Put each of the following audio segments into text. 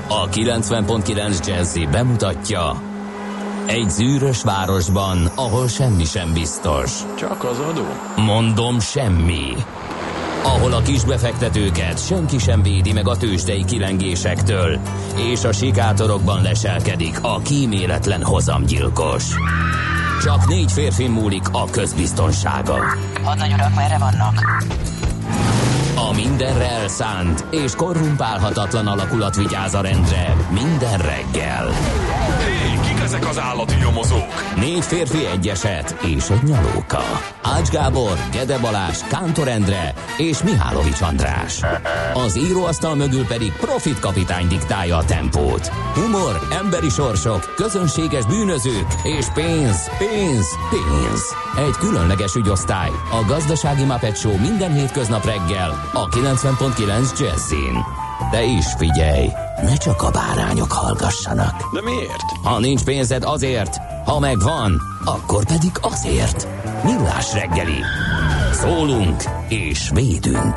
A 90.9 Jazzy bemutatja: egy zűrös városban, ahol semmi sem biztos. Csak az adó? Mondom, semmi. Ahol a kisbefektetőket senki sem védi meg a tőzsdei kilengésektől, és a sikátorokban leselkedik a kíméletlen hozamgyilkos. Csak 4 férfin múlik a közbiztonsága. Hadnagy urak, merre vannak? A mindenre elszánt és korrumpálhatatlan alakulat vigyáz a rendre minden reggel. Hé, kik ezek az állati nyomozók? 4 férfi, egy eset és egy nyalóka. Ács Gábor, Gede Balázs, Kántor Endre és Mihálovics András. Az íróasztal mögül pedig Profit kapitány diktálja a tempót. Humor, emberi sorsok, közönséges bűnözők és pénz, pénz, pénz. Egy különleges ügyosztály, a Gazdasági Muppet Show minden hétköznap reggel a 90.9 Jazzin. De is figyelj, ne csak a bárányok hallgassanak. De miért? Ha nincs pénzed, azért, ha megvan, akkor pedig azért. Millás reggeli. Szólunk és védünk.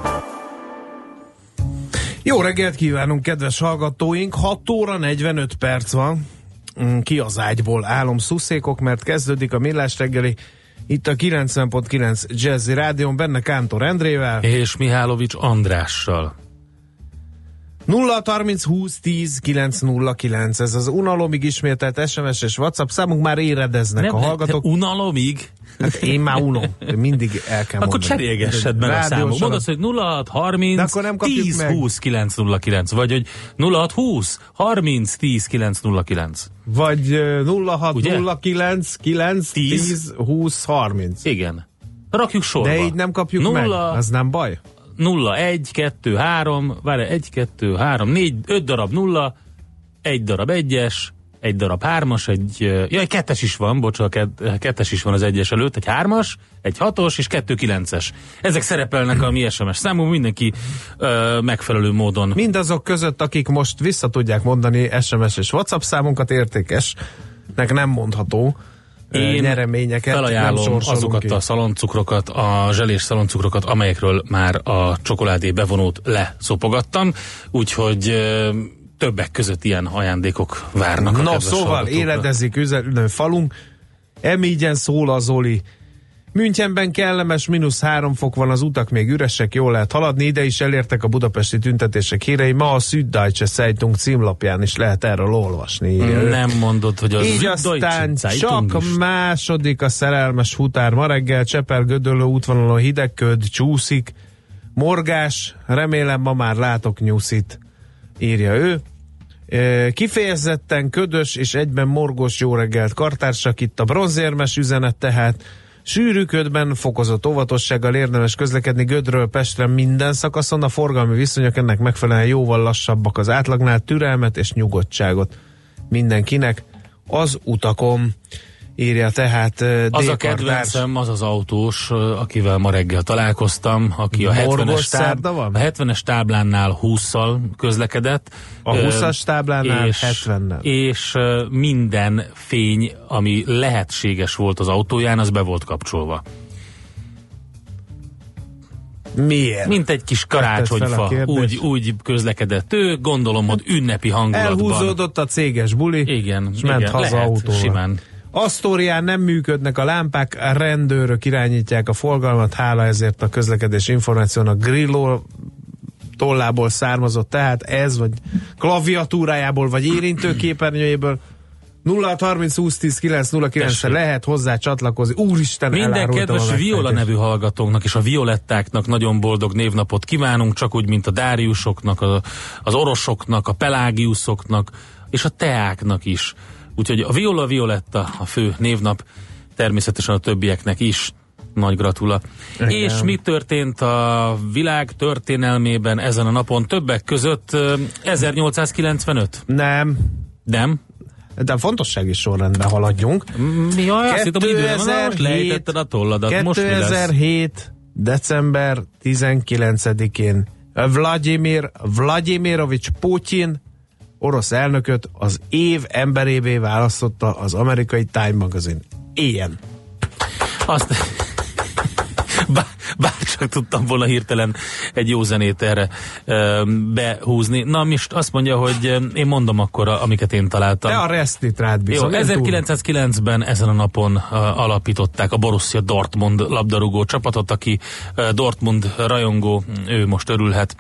Jó reggelt kívánunk, kedves hallgatóink! 6 óra 45 perc van. Ki az ágyból álomszuszékok, mert kezdődik a Millás reggeli itt a 90.9 Jazzy Rádión, benne Kántor Endrével és Mihálovics Andrással. 0-30 20 10 909, ez az unalomig ismételt SMS és WhatsApp számunk, már éredeznek a hallgatók. Unalomig? Hát én már unom, mindig el kell akkor mondani. cserélgessed meg a számot. Mondd, hogy 0630 10 20 909, vagy hogy 0620 30 10 909. Vagy 0609 9 10 20 30. Igen. Rakjuk sorba. De így nem kapjuk meg, az nem baj? 0, 1, 2, 3, várj, 1, 2, 3, 4, 5 darab 0, 1 darab 1-es, 1 darab 3-as, egy 2-es is van, bocsánat, 2-es is van az 1-es előtt, egy 3-as, egy 6-os és 2 9-es. Ezek szerepelnek a mi SMS számunk, mindenki megfelelő módon. Mindazok között, akik most vissza tudják mondani SMS és WhatsApp számunkat, értékesnek nem mondható nyereményeket. Felajánlom azokat a szaloncukrokat, a zselés szaloncukrokat, amelyekről már a csokoládé bevonót leszopogattam, úgyhogy többek között ilyen ajándékok várnak a kedves szóval hallgatókra. éledezik falunk, emígyen szól a Zoli. Münchenben kellemes -3 fok van, az utak még üresek, jól lehet haladni, ide is elértek a budapesti tüntetések hírei, ma a Süddeutsche Zeitung címlapján is lehet erről olvasni. Nem mondod, hogy az így aztán csak második a szerelmes futár. Ma reggel Cseper-Gödöllő útvonalon hidegköd, csúszik, morgás, remélem ma már látok nyuszit, írja ő. Kifejezetten ködös és egyben morgós jó reggelt, kartársak, itt a bronzérmes üzenet tehát. Sűrű ködben fokozott óvatossággal érdemes közlekedni Gödről Pestre minden szakaszon, a forgalmi viszonyok ennek megfelelően jóval lassabbak az átlagnál, türelmet és nyugodtságot mindenkinek az utakon, írja tehát az a kedvencem, az az autós, akivel ma reggel találkoztam, aki a 70-es táblánál 20-szal közlekedett. A 20-as táblánál 70-nel. És minden fény, ami lehetséges volt az autóján, az be volt kapcsolva. Miért? Mint egy kis karácsonyfa. Úgy közlekedett ő, gondolom, hogy ünnepi hangulatban. Elhúzódott a céges buli, igen, és ment haza autóval. Simán. Asztórián nem működnek a lámpák, a rendőrök irányítják a forgalmat, hála ezért a közlekedés információnak Grillo tollából származott, tehát ez, vagy klaviatúrájából, vagy érintőképernyőjéből. 0-30 20 10 909-re lehet hozzá csatlakozni. Úristen, minden kedves Viola nevű hallgatónknak és a Violettáknak nagyon boldog névnapot kívánunk, csak úgy, mint a Dáriusoknak, az Orosoknak, a Pelágiuszoknak és a Teáknak is. Úgyhogy a Viola Violetta a fő névnap, természetesen a többieknek is nagy gratula. Igen. És mi történt a világ történelmében ezen a napon? Többek között 1895? Nem. De a fontossági sorrendben haladjunk. Jaj, azt hittem, hogy időre van, lejtetted a tolladat. 2007. december 19-én Vladimirovics Putyin orosz elnököt az év emberévé választotta az amerikai Time magazin. Ilyen. Azt... Bárcsak csak tudtam volna hirtelen egy jó zenét erre behúzni. Na, most azt mondja, hogy én mondom akkor, amiket én találtam. Te a resztit rád bízom. Jó, 1909-ben ezen a napon alapították a Borussia Dortmund labdarúgó csapatot, aki Dortmund rajongó, ő most örülhet.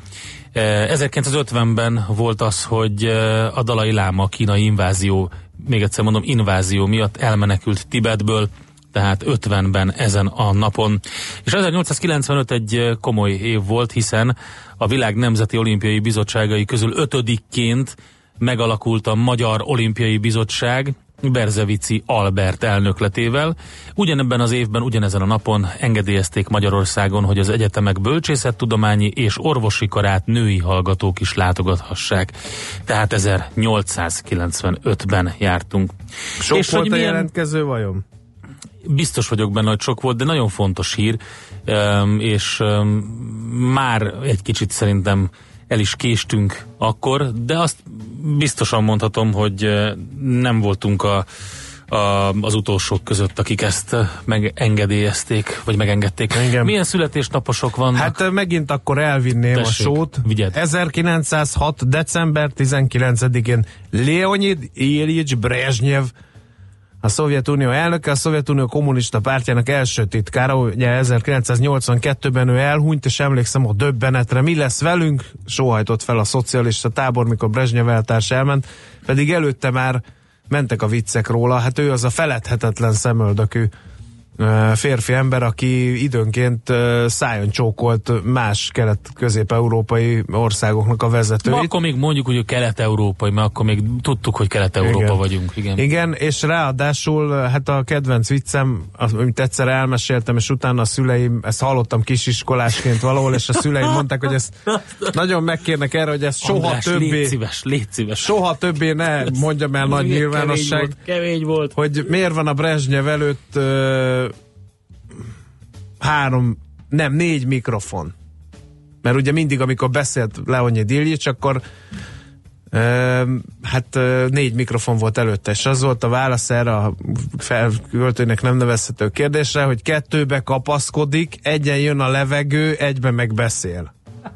1950-ben volt az, hogy a Dalai Láma kínai invázió, még egyszer mondom, invázió miatt elmenekült Tibetből, tehát 50-ben ezen a napon. És 1895 egy komoly év volt, hiszen a világ nemzeti olimpiai bizottságai közül 5-ként megalakult a Magyar Olimpiai Bizottság Berzevici Albert elnökletével. Ugyanebben az évben, ugyanezen a napon engedélyezték Magyarországon, hogy az egyetemek bölcsészettudományi és orvosi karát női hallgatók is látogathassák. Tehát 1895-ben jártunk. Sok és volt a jelentkező vajon? Biztos vagyok benne, hogy sok volt, de nagyon fontos hír, és már egy kicsit szerintem el is késtünk akkor, de azt biztosan mondhatom, hogy nem voltunk az utolsók között, akik ezt megengedélyezték, vagy megengedték. Engem. Milyen születésnaposok vannak? Hát megint akkor elvinném a sót. Vigyed. 1906. december 19-én Leonid Iljics Brezsnyev, a Szovjetunió elnöke, a Szovjetunió kommunista pártjának első titkára, ugye 1982-ben ő elhunyt, és emlékszem a döbbenetre, mi lesz velünk, sóhajtott fel a szocialista tábor, mikor Brezsnyev eltárs elment, pedig előtte már mentek a viccek róla, hát ő az a feledhetetlen szemöldökű férfi ember, aki időnként szájon csókolt más kelet-közép-európai országoknak a vezetőit. Ma akkor még mondjuk, hogy kelet-európai, mert akkor még tudtuk, hogy kelet-európa vagyunk. Igen, és ráadásul hát a kedvenc viccem, amit egyszer elmeséltem, és utána a szüleim, ezt hallottam kisiskolásként valahol, és a szüleim mondták, hogy ezt nagyon megkérnek erre, hogy ezt soha András, többé, légy szíves. soha többé ne mondjam el nagy nyilvánosság, kemény volt. hogy miért van a Brezsnyev előtt 4 mikrofon. Mert ugye mindig, amikor beszélt Leonid Iljics, akkor 4 mikrofon volt előtte, és az volt a válasz erre a költőnek nem nevezhető kérdésre, hogy 2-be kapaszkodik, egyen jön a levegő, 1-be meg beszél.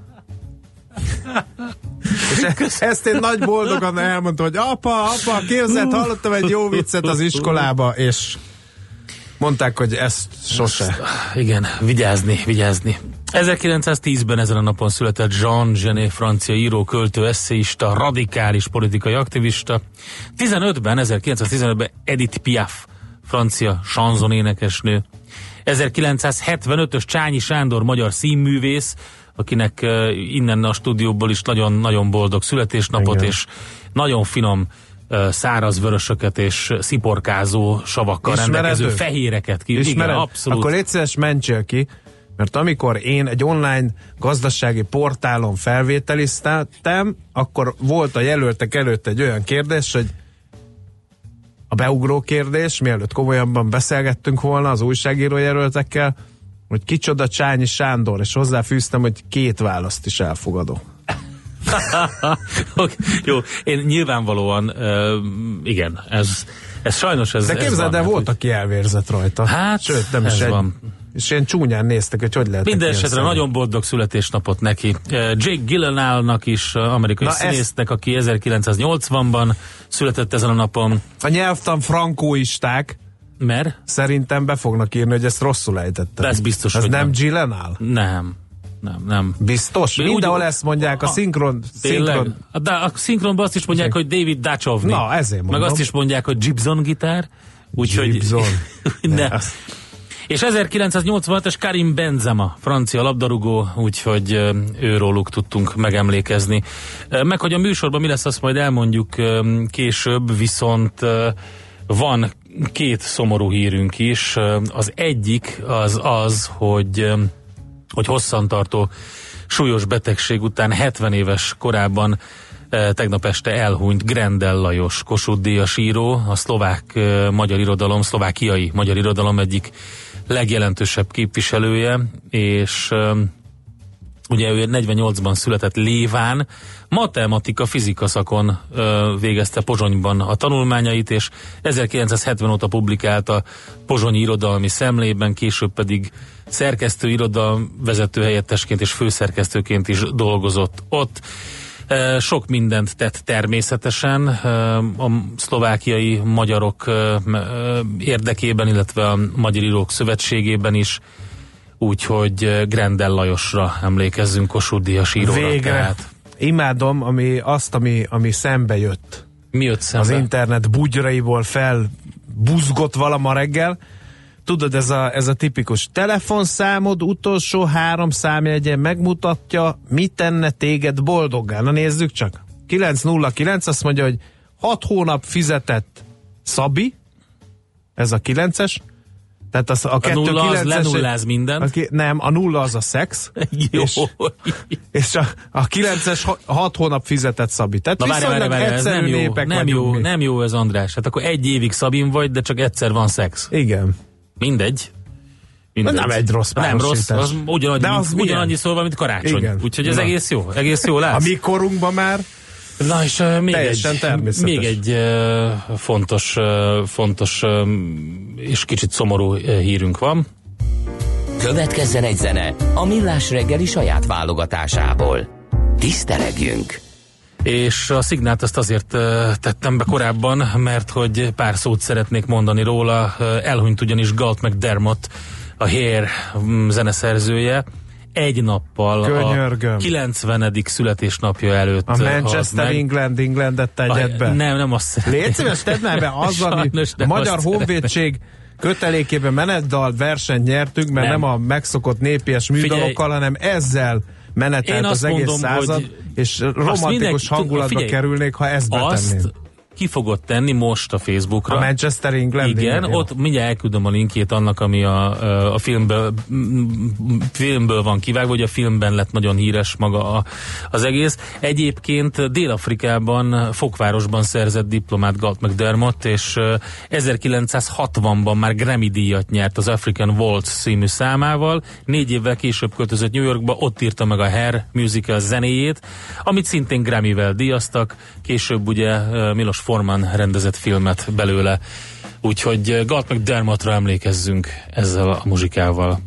És ezt én nagy boldogan elmondtam, hogy apa, képzeld, hallottam egy jó viccet az iskolába, és mondták, hogy ezt sose. Igen, vigyázni. 1910-ben ezen a napon született Jean Genet, francia író, költő, esszéista, radikális politikai aktivista. 1915-ben Edith Piaf, francia chanson énekesnő. 1975-ös Csányi Sándor, magyar színművész, akinek innen a stúdióból is nagyon-nagyon boldog születésnapot, igen, és nagyon finom száraz vörösöket és sziporkázó savakkal rendelkező fehéreket ki. Igen, abszolút. Akkor légy szíves, mentsél ki, mert amikor én egy online gazdasági portálon felvételiztem, akkor volt a jelöltek előtt egy olyan kérdés, hogy a beugró kérdés, mielőtt komolyabban beszélgettünk volna az újságíró jelöltekkel, hogy kicsoda Csányi Sándor, és hozzáfűztem, hogy 2 választ is elfogadok. Jó, én nyilvánvalóan igen, ez sajnos ez. De képzeld, de volt, aki elvérzett rajta. Hát, sőt, nem is van. És ilyen csúnyán néztek, hogy lehet. Minden esetre nagyon boldog születésnapot neki. Jake Gyllenhaalnak is, amerikai színésznek, aki 1980-ban született ezen a napon. A nyelvtan frankóisták, mert szerintem be fognak írni, hogy ezt rosszul ejtettem. Ez biztos, ez hogy nem Gyllenhaal? Nem. Biztos? Mindenhol ezt mondják, a szinkron. De a szinkronban azt is mondják, hogy David Duchovny. Na, ezért mondom. Meg azt is mondják, hogy Gibson gitár. Gibson. És 1986-es Karim Benzema, francia labdarúgó, úgyhogy őróluk tudtunk megemlékezni. Meg hogy a műsorban mi lesz, azt majd elmondjuk később, viszont van 2 szomorú hírünk is. Az egyik az, hogy hosszantartó súlyos betegség után 70 éves korában tegnap este elhunyt Grendel Lajos, Kossuth-díjas író, a szlovákiai magyar irodalom egyik legjelentősebb képviselője, és ugye ő 48-ban született Léván, matematika-fizika szakon végezte Pozsonyban a tanulmányait, és 1970 óta publikált a Pozsonyi Irodalmi Szemlében, később pedig szerkesztő, irodalomvezető helyettesként és főszerkesztőként is dolgozott ott. Sok mindent tett természetesen a szlovákiai magyarok érdekében, illetve a Magyar Írók Szövetségében is, úgyhogy Grendel Lajosra emlékezzünk, Kossuth-díjas íróra. Végre. Tehát. Imádom, ami szembe jött. Mi jött szembe? Az internet bugyraiból felbuzgott valama reggel. Tudod, ez a tipikus telefonszámod utolsó 3 számjegye megmutatja, mit tenne téged boldoggá. Na nézzük csak. 909 azt mondja, hogy 6 hónap fizetett Szabi, ez a 9-es, tehát a 0 az lenulláz mindent. Nem, a 0 az a szex. Jó. És a 9-es 6 hónap fizetett Szabi. Tehát na viszonylag egyszerű népek vagyunk. Nem jó ez, András. Hát akkor 1 évig Szabin vagy, de csak egyszer van szex. Igen. Mindegy. Nem egy rossz párosítás. Nem rossz, az ugyanannyi szólva, mint karácsony. Igen. Úgyhogy ez egész jó látsz. A mi korunkban már na és még egy fontos és kicsit szomorú hírünk van. Következzen egy zene a Millás reggeli saját válogatásából. Tisztelegjünk! És a Szignált azt azért tettem be korábban, mert hogy pár szót szeretnék mondani róla. Elhunyt ugyanis Galt McDermott, a Hair zeneszerzője, egy nappal a 90. születésnapja előtt. A Manchester Englandet tegyed be. Nem azt szeretném. Légy szíves, tedd már be azzal, hogy a Magyar Honvédség kötelékében menetdal versenyt nyertünk, mert nem a megszokott népies műdalokkal, hanem ezzel menetelt az egész mondom, század, és romantikus hangulatba kerülnék, ha ezt betenném. Ki fogod tenni most a Facebookra. A Manchester England. Igen, ott mindjárt elküldöm a linkjét annak, ami a filmből van kivágva, vagy a filmben lett nagyon híres maga az egész. Egyébként Dél-Afrikában, Fokvárosban szerzett diplomát Galt McDermott, és 1960-ban már Grammy-díjat nyert az African Waltz című számával. 4 évvel később költözött New Yorkba, ott írta meg a Hair musical zenéjét, amit szintén Grammy-vel díjaztak. Később ugye Milos Forman rendezett filmet belőle. Úgyhogy Galt McDermottra emlékezzünk ezzel a muzsikával.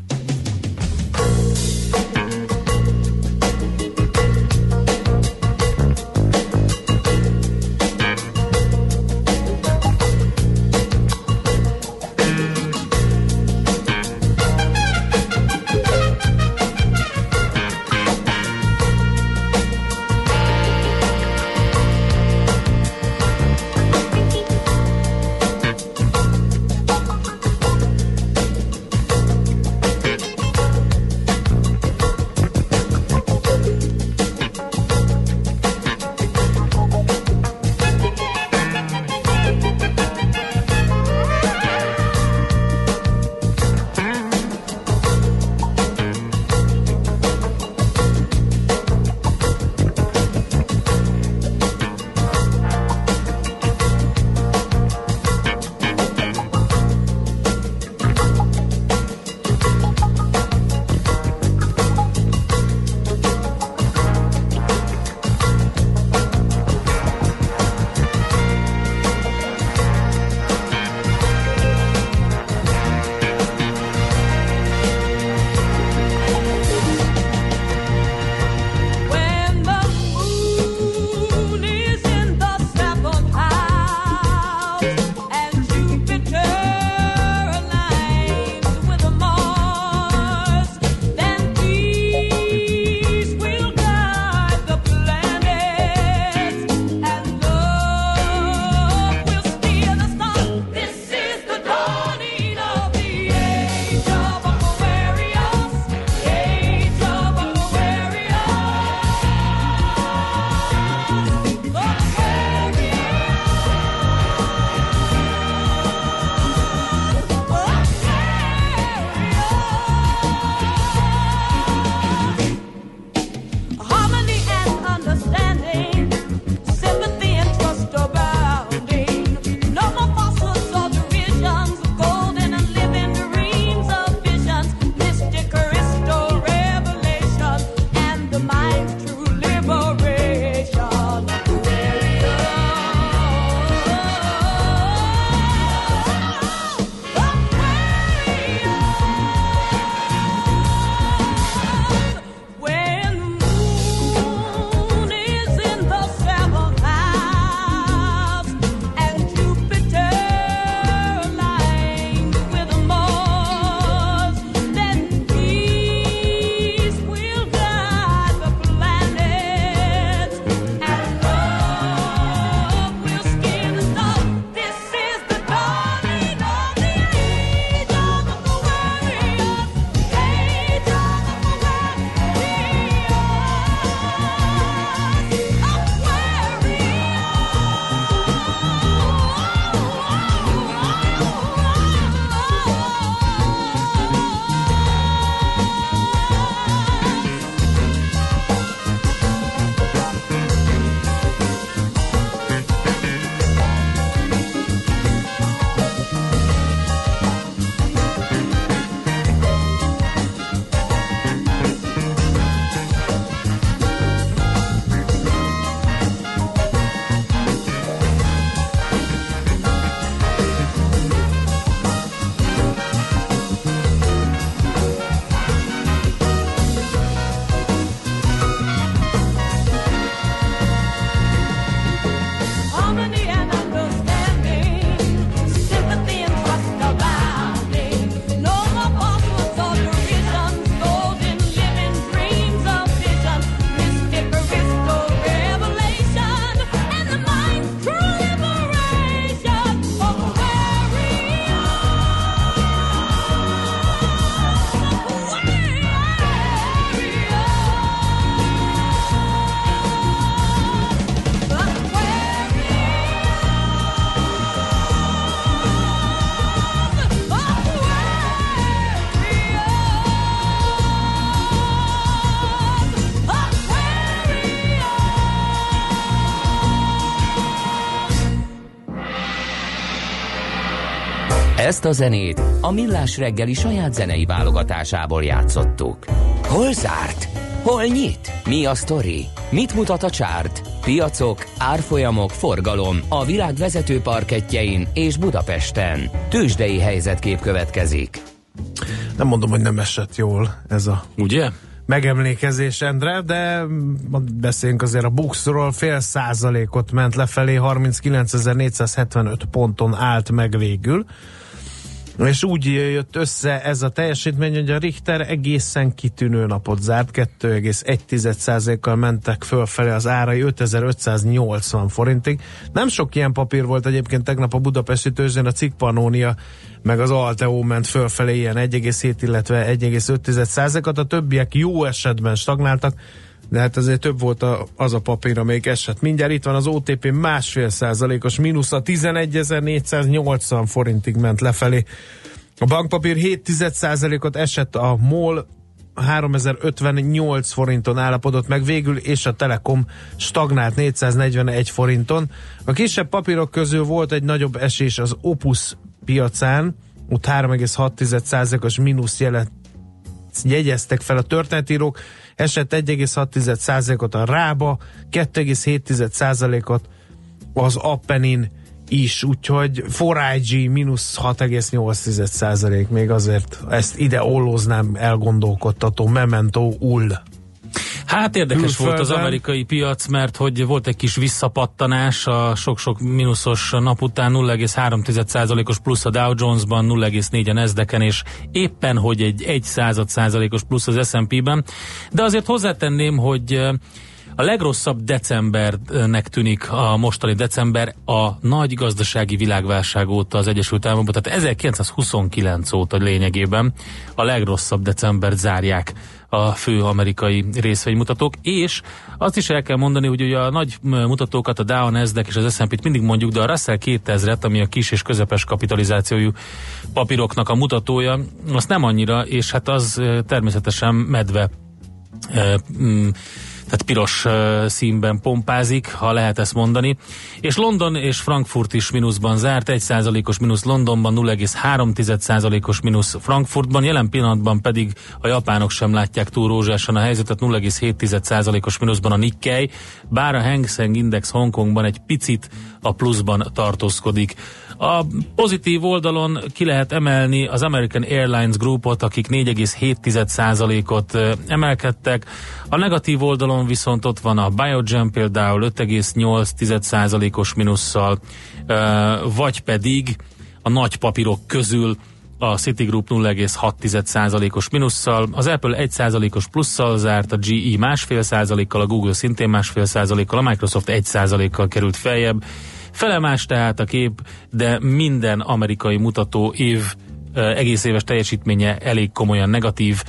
Ezt a zenét a Millás reggeli saját zenei válogatásából játszottuk. Hol zárt? Hol nyit? Mi a sztori? Mit mutat a csárt? Piacok, árfolyamok, forgalom a világ vezető parkettjein és Budapesten. Tőzsdei helyzetkép következik. Nem mondom, hogy nem esett jól ez a ugye? Megemlékezés, Endre, de beszéljünk azért a BUX-ról, 0,5% ment lefelé, 39.475 ponton állt meg végül. És úgy jött össze ez a teljesítmény, hogy a Richter egészen kitűnő napot zárt, 2,1%-kal mentek fölfelé az árai 5580 forintig. Nem sok ilyen papír volt egyébként tegnap a budapesti tőzsdén, a Cikk Pannónia meg az Alteo ment fölfelé ilyen 1,7, illetve 1,5%-at, a többiek jó esetben stagnáltak, de hát azért több volt az a papír, amelyik esett. Mindjárt itt van az OTP 1,5%-os mínusza, 11.480 forintig ment lefelé. A bankpapír 0,7%-ot esett, a MOL 3058 forinton állapodott meg végül, és a Telekom stagnált 441 forinton. A kisebb papírok közül volt egy nagyobb esés az Opus piacán, ott 3,6%-os mínusz jegyeztek fel a történetírók, esett 1,6%-ot a Rába, 2,7%-ot az Appenin is, úgyhogy 4IG mínusz 6,8%, még azért ezt ide ollóznám, elgondolkodtató Memento UL. Hát érdekes volt az amerikai piac, mert hogy volt egy kis visszapattanás a sok-sok mínuszos nap után, 0,3%-os plusz a Dow Jonesban, 0,4 a Nasdaqen, és éppen hogy egy 0,1%-os plusz az S&P-ben. De azért hozzátenném, hogy a legrosszabb decembernek tűnik a mostani december a nagy gazdasági világválság óta az Egyesült Államokban, tehát 1929 óta lényegében a legrosszabb decembert zárják a fő amerikai részvénymutatók, és azt is el kell mondani, hogy ugye a nagy mutatókat, a Dow, a Nasdaq és az S&P-t mindig mondjuk, de a Russell 2000-et, ami a kis és közepes kapitalizációjú papíroknak a mutatója, azt nem annyira, és hát az természetesen medve tehát piros színben pompázik, ha lehet ezt mondani. És London és Frankfurt is mínuszban zárt, 1%-os mínusz Londonban, 0,3%-os mínusz Frankfurtban, jelen pillanatban pedig a japánok sem látják túl rózsásan a helyzetet, 0,7%-os mínuszban a Nikkei, bár a Hang Seng Index Hongkongban egy picit a pluszban tartózkodik. A pozitív oldalon ki lehet emelni az American Airlines Groupot, akik 4,7%-ot emelkedtek. A negatív oldalon viszont ott van a Biogen például 5,8%-os mínusszal, vagy pedig a nagy papírok közül a Citigroup 0,6%-os mínusszal, az Apple 1%-os plusszal zárt, a GE 1,5%-kal, a Google szintén 1,5%-kal, a Microsoft 1%-kal került feljebb. Felemás tehát a kép, de minden amerikai mutató egész éves teljesítménye elég komolyan negatív.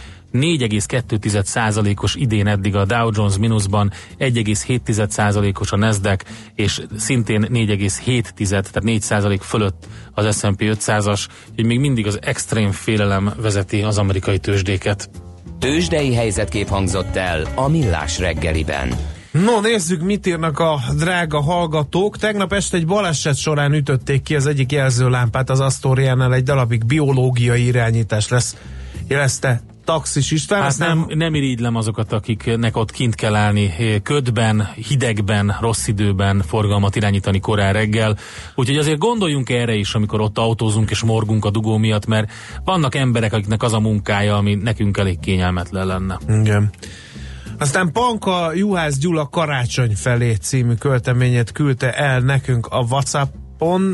4,2%-os idén eddig a Dow Jones mínuszban, 1,7%-os a Nasdaq, és szintén 4,7, tehát 4% fölött az S&P 500-as, hogy még mindig az extrém félelem vezeti az amerikai tőzsdéket. Tőzsdei helyzetkép hangzott el a Millás reggeliben. No, nézzük, mit írnak a drága hallgatók. Tegnap este egy baleset során ütötték ki az egyik jelzőlámpát az Asztóriánál, egy darabig biológiai irányítás lesz, jelezte Taxis István. Hát nem irigylem azokat, akiknek ott kint kell állni ködben, hidegben, rossz időben forgalmat irányítani korán reggel. Úgyhogy azért gondoljunk erre is, amikor ott autózunk és morgunk a dugó miatt, mert vannak emberek, akiknek az a munkája, ami nekünk elég kényelmetlen lenne. Igen. Aztán Panka Juhász Gyula Karácsony felé című költeményét küldte el nekünk a WhatsAppon.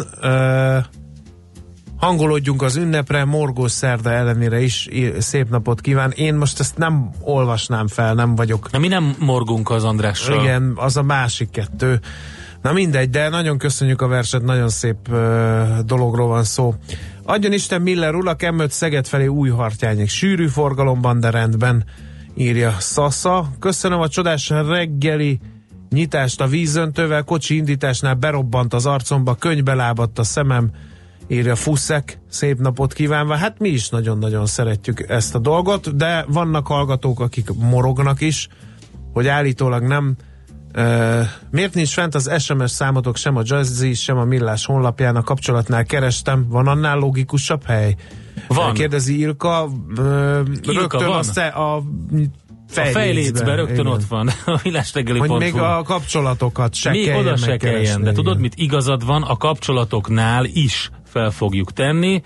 Hangolódjunk az ünnepre, morgós szerda ellenére is szép napot kíván. Én most ezt nem olvasnám fel, nem vagyok. Na, mi nem morgunk az Andrással. Igen, az a másik kettő. Na mindegy, de nagyon köszönjük a verset, nagyon szép dologról van szó. Adjon Isten Miller ulak, M5 Szeged felé Újhartyányig. Sűrű forgalomban, de rendben, írja Szasza. Köszönöm a csodás reggeli nyitást a vízöntővel, kocsi indításnál berobbant az arcomba, könyvbe lábadt a szemem, írja Fuszek, szép napot kívánva. Hát mi is nagyon-nagyon szeretjük ezt a dolgot, de vannak hallgatók, akik morognak is, hogy állítólag nem Miért nincs fent az SMS számotok sem a Jazzy, sem a Millás honlapján? A kapcsolatnál kerestem. Van annál logikusabb hely? Van. Kérdezi Ilka. Rögtön van. A fejlécben rögtön igen. ott van. A millásreggeli.hu. Hogy még a kapcsolatokat se még kelljen oda se kelljen, de tudod mit? Igazad van, a kapcsolatoknál is fel fogjuk tenni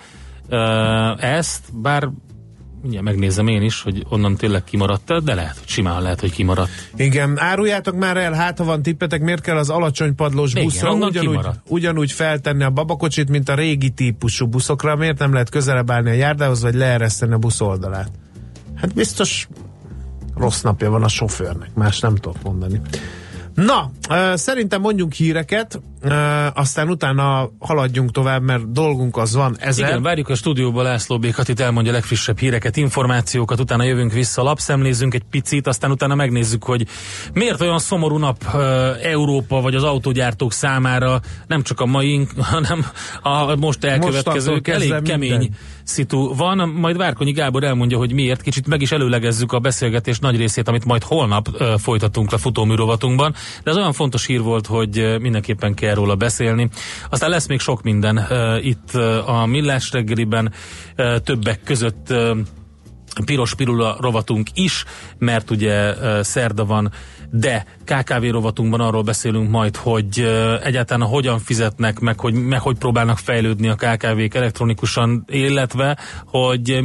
ezt, bár mindjárt megnézem én is, hogy onnan tényleg kimaradt, de lehet, hogy simán lehet, hogy kimaradt. Igen, áruljátok már el, hát ha van tippetek, miért kell az alacsony padlós buszra ugyanúgy feltenni a babakocsit, mint a régi típusú buszokra, miért nem lehet közelebb állni a járdához, vagy leereszteni a busz oldalát? Hát biztos rossz napja van a sofőrnek, más nem tudok mondani. Na, szerintem mondjunk híreket, aztán utána haladjunk tovább, mert dolgunk az van 1000. Igen, várjuk a stúdióba László B. Katit, elmondja a legfrissebb híreket, információkat, utána jövünk vissza, lapszemlézünk egy picit, aztán utána megnézzük, hogy miért olyan szomorú nap Európa vagy az autógyártók számára, nem csak a maink, hanem a most elkövetkezők, elég kemény szitu van, majd Várkonyi Gábor elmondja, hogy miért, kicsit meg is előlegezzük a beszélgetés nagy részét, amit majd holnap folytatunk le futóműrovatunkban, de ez olyan fontos hír volt, hogy mindenképpen kell róla beszélni. Aztán lesz még sok minden itt a Millás reggeliben, többek között piros pirula rovatunk is, mert ugye szerda van, de KKV rovatunkban arról beszélünk majd, hogy egyáltalán hogyan fizetnek, meg hogy próbálnak fejlődni a KKV-k elektronikusan, illetve hogy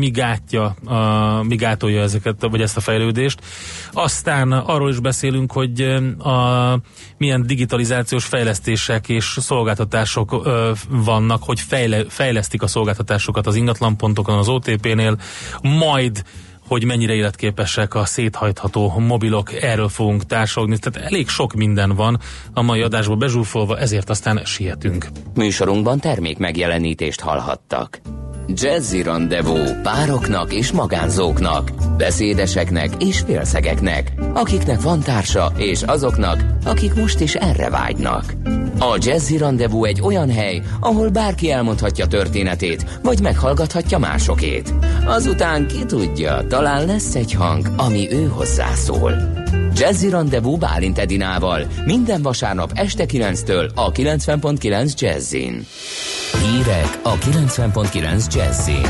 mi gátolja ezeket, vagy ezt a fejlődést. Aztán arról is beszélünk, hogy milyen digitalizációs fejlesztések és szolgáltatások vannak, hogy fejlesztik a szolgáltatásokat az ingatlanpontokon, az OTP-nél, majd hogy mennyire életképesek a széthajtható mobilok, erről fogunk társalogni. Tehát elég sok minden van a mai adásba bezsúfolva, ezért aztán sietünk. Műsorunkban termék megjelenítést hallhattak. Jazzy Rendezvous pároknak és magánzóknak, beszédeseknek és félszegeknek, akiknek van társa és azoknak, akik most is erre vágynak. A Jazzy Rendezvous egy olyan hely, ahol bárki elmondhatja történetét, vagy meghallgathatja másokét. Azután ki tudja, talán lesz egy hang, ami ő hozzászól. Jazzy Rendezvous Bálint Edinával minden vasárnap este 9-től a 90.9 Jazzin. Hírek a 90.9 Jazzin.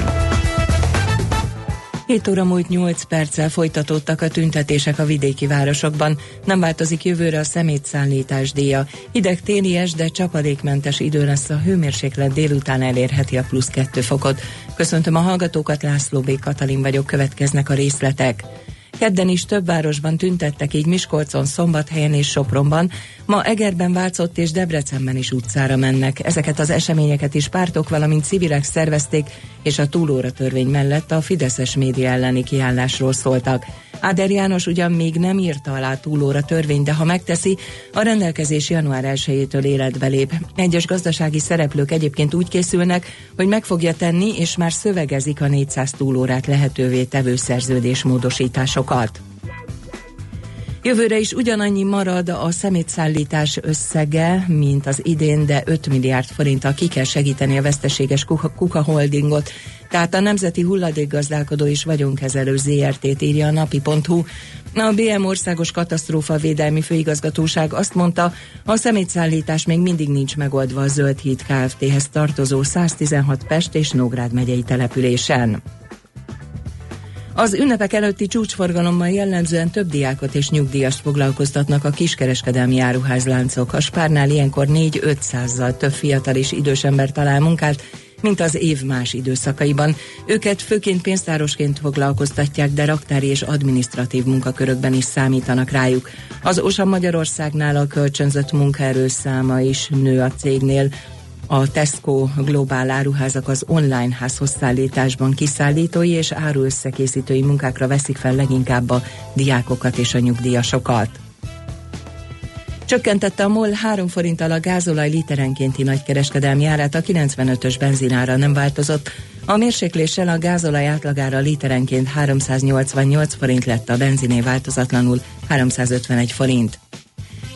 7 óra múlt 8 perccel folytatódtak a tüntetések a vidéki városokban. Nem változik jövőre a szemétszállítás díja. Hideg télies, de csapadékmentes idő lesz, a hőmérséklet délután elérheti a +2 fokot. Köszöntöm a hallgatókat, László B. Katalin vagyok, következnek a részletek. Kedden is több városban tüntettek, így Miskolcon, Szombathelyen és Sopronban. Ma Egerben, Vácott és Debrecenben is utcára mennek. Ezeket az eseményeket is pártok, valamint civilek szervezték, és a túlóra törvény mellett a fideszes média elleni kiállásról szóltak. Áder János ugyan még nem írta alá a túlóra törvényt, de ha megteszi, a rendelkezés január 1-től életbe lép. Egyes gazdasági szereplők egyébként úgy készülnek, hogy meg fogja tenni, és már szövegezik a 400 túlórát lehetővé tevő szerződésmódosításokat. Jövőre is ugyanannyi marad a szemétszállítás összege, mint az idén, de 5 milliárd forinttal ki kell segíteni a veszteséges Kuka Holdingot. Tehát a Nemzeti Hulladékgazdálkodó és Vagyonkezelő ZRT-t írja a napi.hu. A BM Országos Katasztrófavédelmi Főigazgatóság azt mondta, a szemétszállítás még mindig nincs megoldva a Zöld Híd Kft-hez tartozó 116 Pest és Nógrád megyei településen. Az ünnepek előtti csúcsforgalommal jellemzően több diákot és nyugdíjast foglalkoztatnak a kiskereskedelmi áruházláncok. A Spárnál ilyenkor 4-500-zal több fiatal és idős ember talál munkát, mint az év más időszakaiban. Őket főként pénztárosként foglalkoztatják, de raktári és adminisztratív munkakörökben is számítanak rájuk. Az OSA Magyarországnál a kölcsönzött munkaerő száma is nő a cégnél. A Tesco Globál áruházak az online házhozszállításban kiszállítói és áruösszekészítői munkákra veszik fel leginkább a diákokat és a nyugdíjasokat. Csökkentette a MOL 3 forinttal a gázolaj literenkénti nagykereskedelmi árát, a 95-ös benzinára nem változott. A mérsékléssel a gázolaj átlagára literenként 388 forint lett, a benziné változatlanul 351 forint.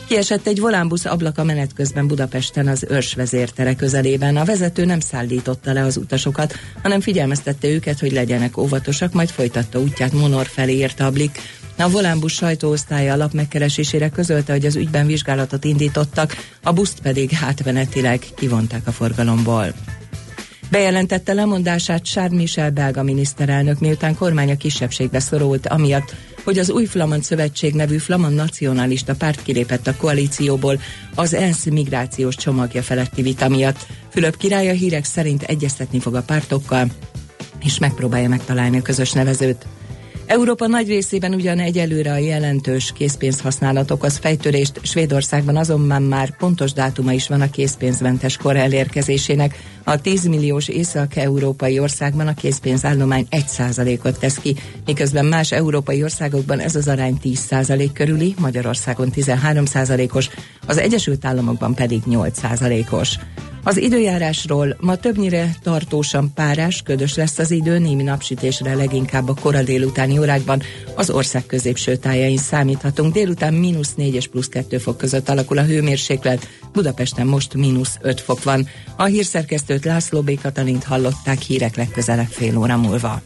Kiesett egy volánbusz ablaka menet közben Budapesten az Örs vezértere közelében. A vezető nem szállította le az utasokat, hanem figyelmeztette őket, hogy legyenek óvatosak, majd folytatta útját Monor felé, írta a Blick. A volánbusz sajtóosztálya alap megkeresésére közölte, hogy az ügyben vizsgálatot indítottak, a buszt pedig átmenetileg kivonták a forgalomból. Bejelentette lemondását Charles Michel belga miniszterelnök, miután kormánya kisebbségbe szorult, amiatt, hogy az új Flamand Szövetség nevű flamand nacionalista párt kilépett a koalícióból az ENSZ migrációs csomagja feletti vita miatt. Fülöp király a hírek szerint egyeztetni fog a pártokkal, és megpróbálja megtalálni a közös nevezőt. Európa nagy részében ugyan egyelőre a jelentős készpénzhasználat okoz fejtörést, Svédországban azonban már pontos dátuma is van a készpénzmentes kor elérkezésének. A 10 milliós észak-európai országban a készpénzállomány 1%-ot tesz ki, miközben más európai országokban ez az arány 10% körüli, Magyarországon 13%-os, az Egyesült Államokban pedig 8%-os. Az időjárásról: ma többnyire tartósan párás, ködös lesz az idő, némi napsütésre leginkább a kora délutáni órákban az ország középső tájain számíthatunk. Délután -4 és +2 fok között alakul a hőmérséklet, Budapesten most -5 fok van. A hírszerkesztőt, László B. Katalint hallották, hírek legközelebb fél óra múlva.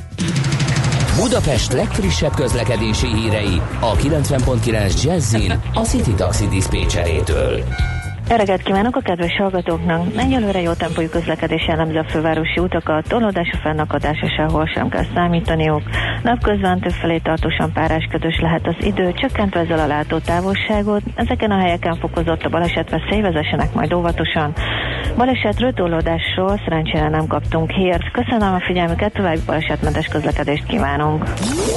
Budapest legfrissebb közlekedési hírei a 90.9 Jazzin a City Taxi diszpécserétől. Jó reggelt kívánok a kedves hallgatóknak! Egyelőre jó tempójú közlekedés jellemzi a fővárosi utakat, torlódásra, fennakadásra sehol sem kell számítaniuk. Napközben többfelé tartósan párás, ködös lehet az idő, csökkentve ezzel a látótávolságot. Ezeken a helyeken fokozott a balesetveszély, vezessenek majd óvatosan. Balesetről, torlódásról szerencsére nem kaptunk hírt. Köszönöm a figyelmüket, további balesetmentes közlekedést kívánunk!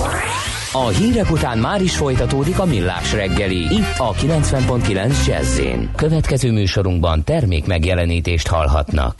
A hírek után már is folytatódik a Millás reggeli, itt a 90.9 Jazz-én. Következő műsorunkban termék megjelenítést hallhatnak.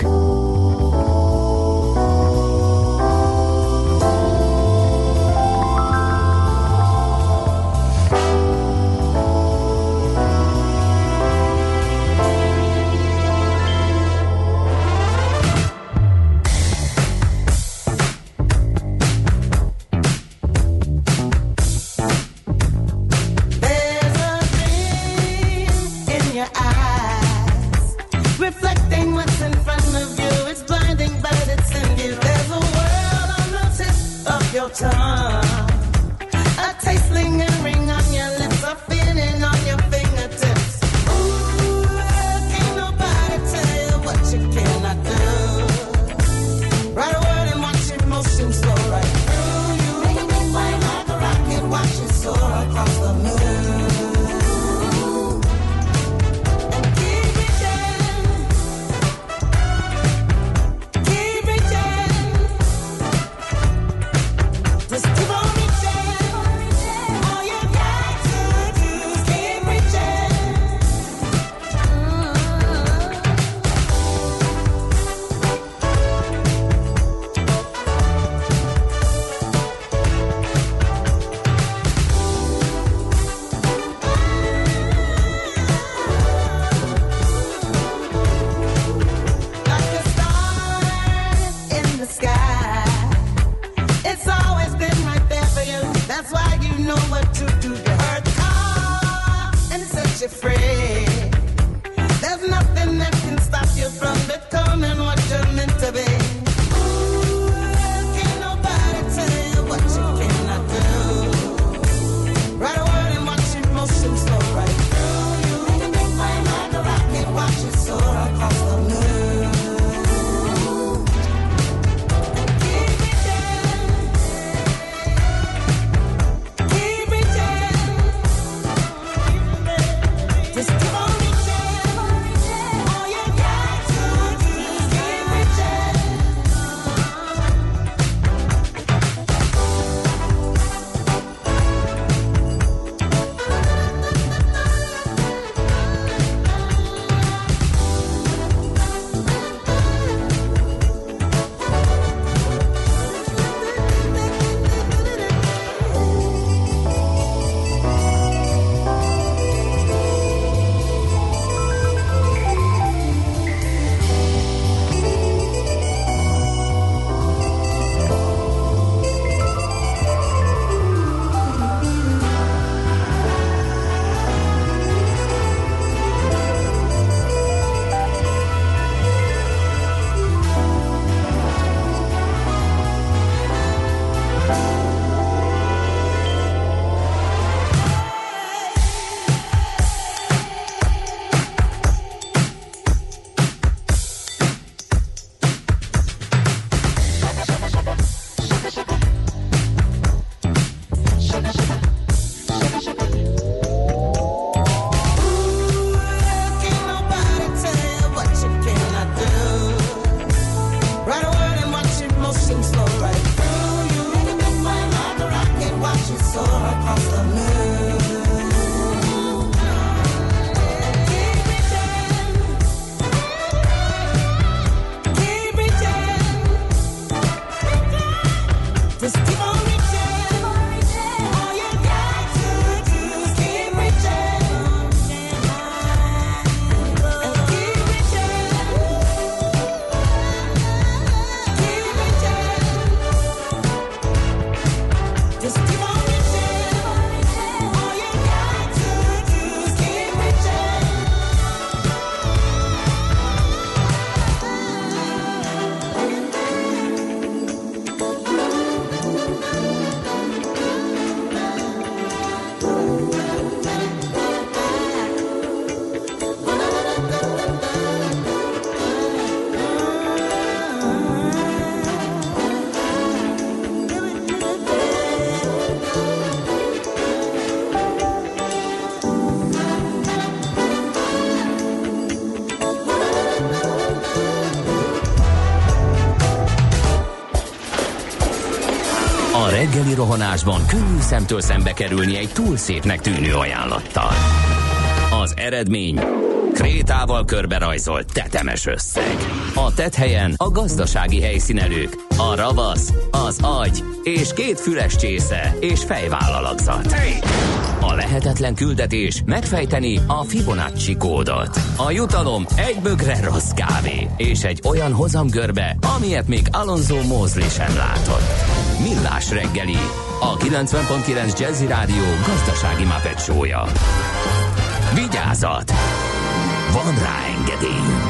Reggeli rohanásban könnyű szemtől szembe kerülni egy túl szépnek tűnő ajánlattal. Az eredmény krétával körberajzolt tetemes összeg. A tetthelyen a gazdasági helyszínelők, a ravasz, az agy és 2 füles csésze és fejvállalakzat. A lehetetlen küldetés megfejteni a Fibonacci kódot. A jutalom egy bögre rossz kávé és egy olyan hozamgörbe, amilyet még Alonso Mosley sem látott. Millás reggeli, a 90.9 Jazzy Rádió gazdasági Muppet show-ja. Vigyázat! Van rá engedélyünk!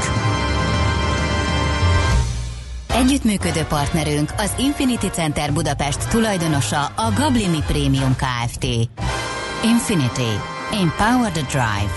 Együttműködő partnerünk az Infinity Center Budapest tulajdonosa a Gablini Premium Kft. Infinity. Empower the drive.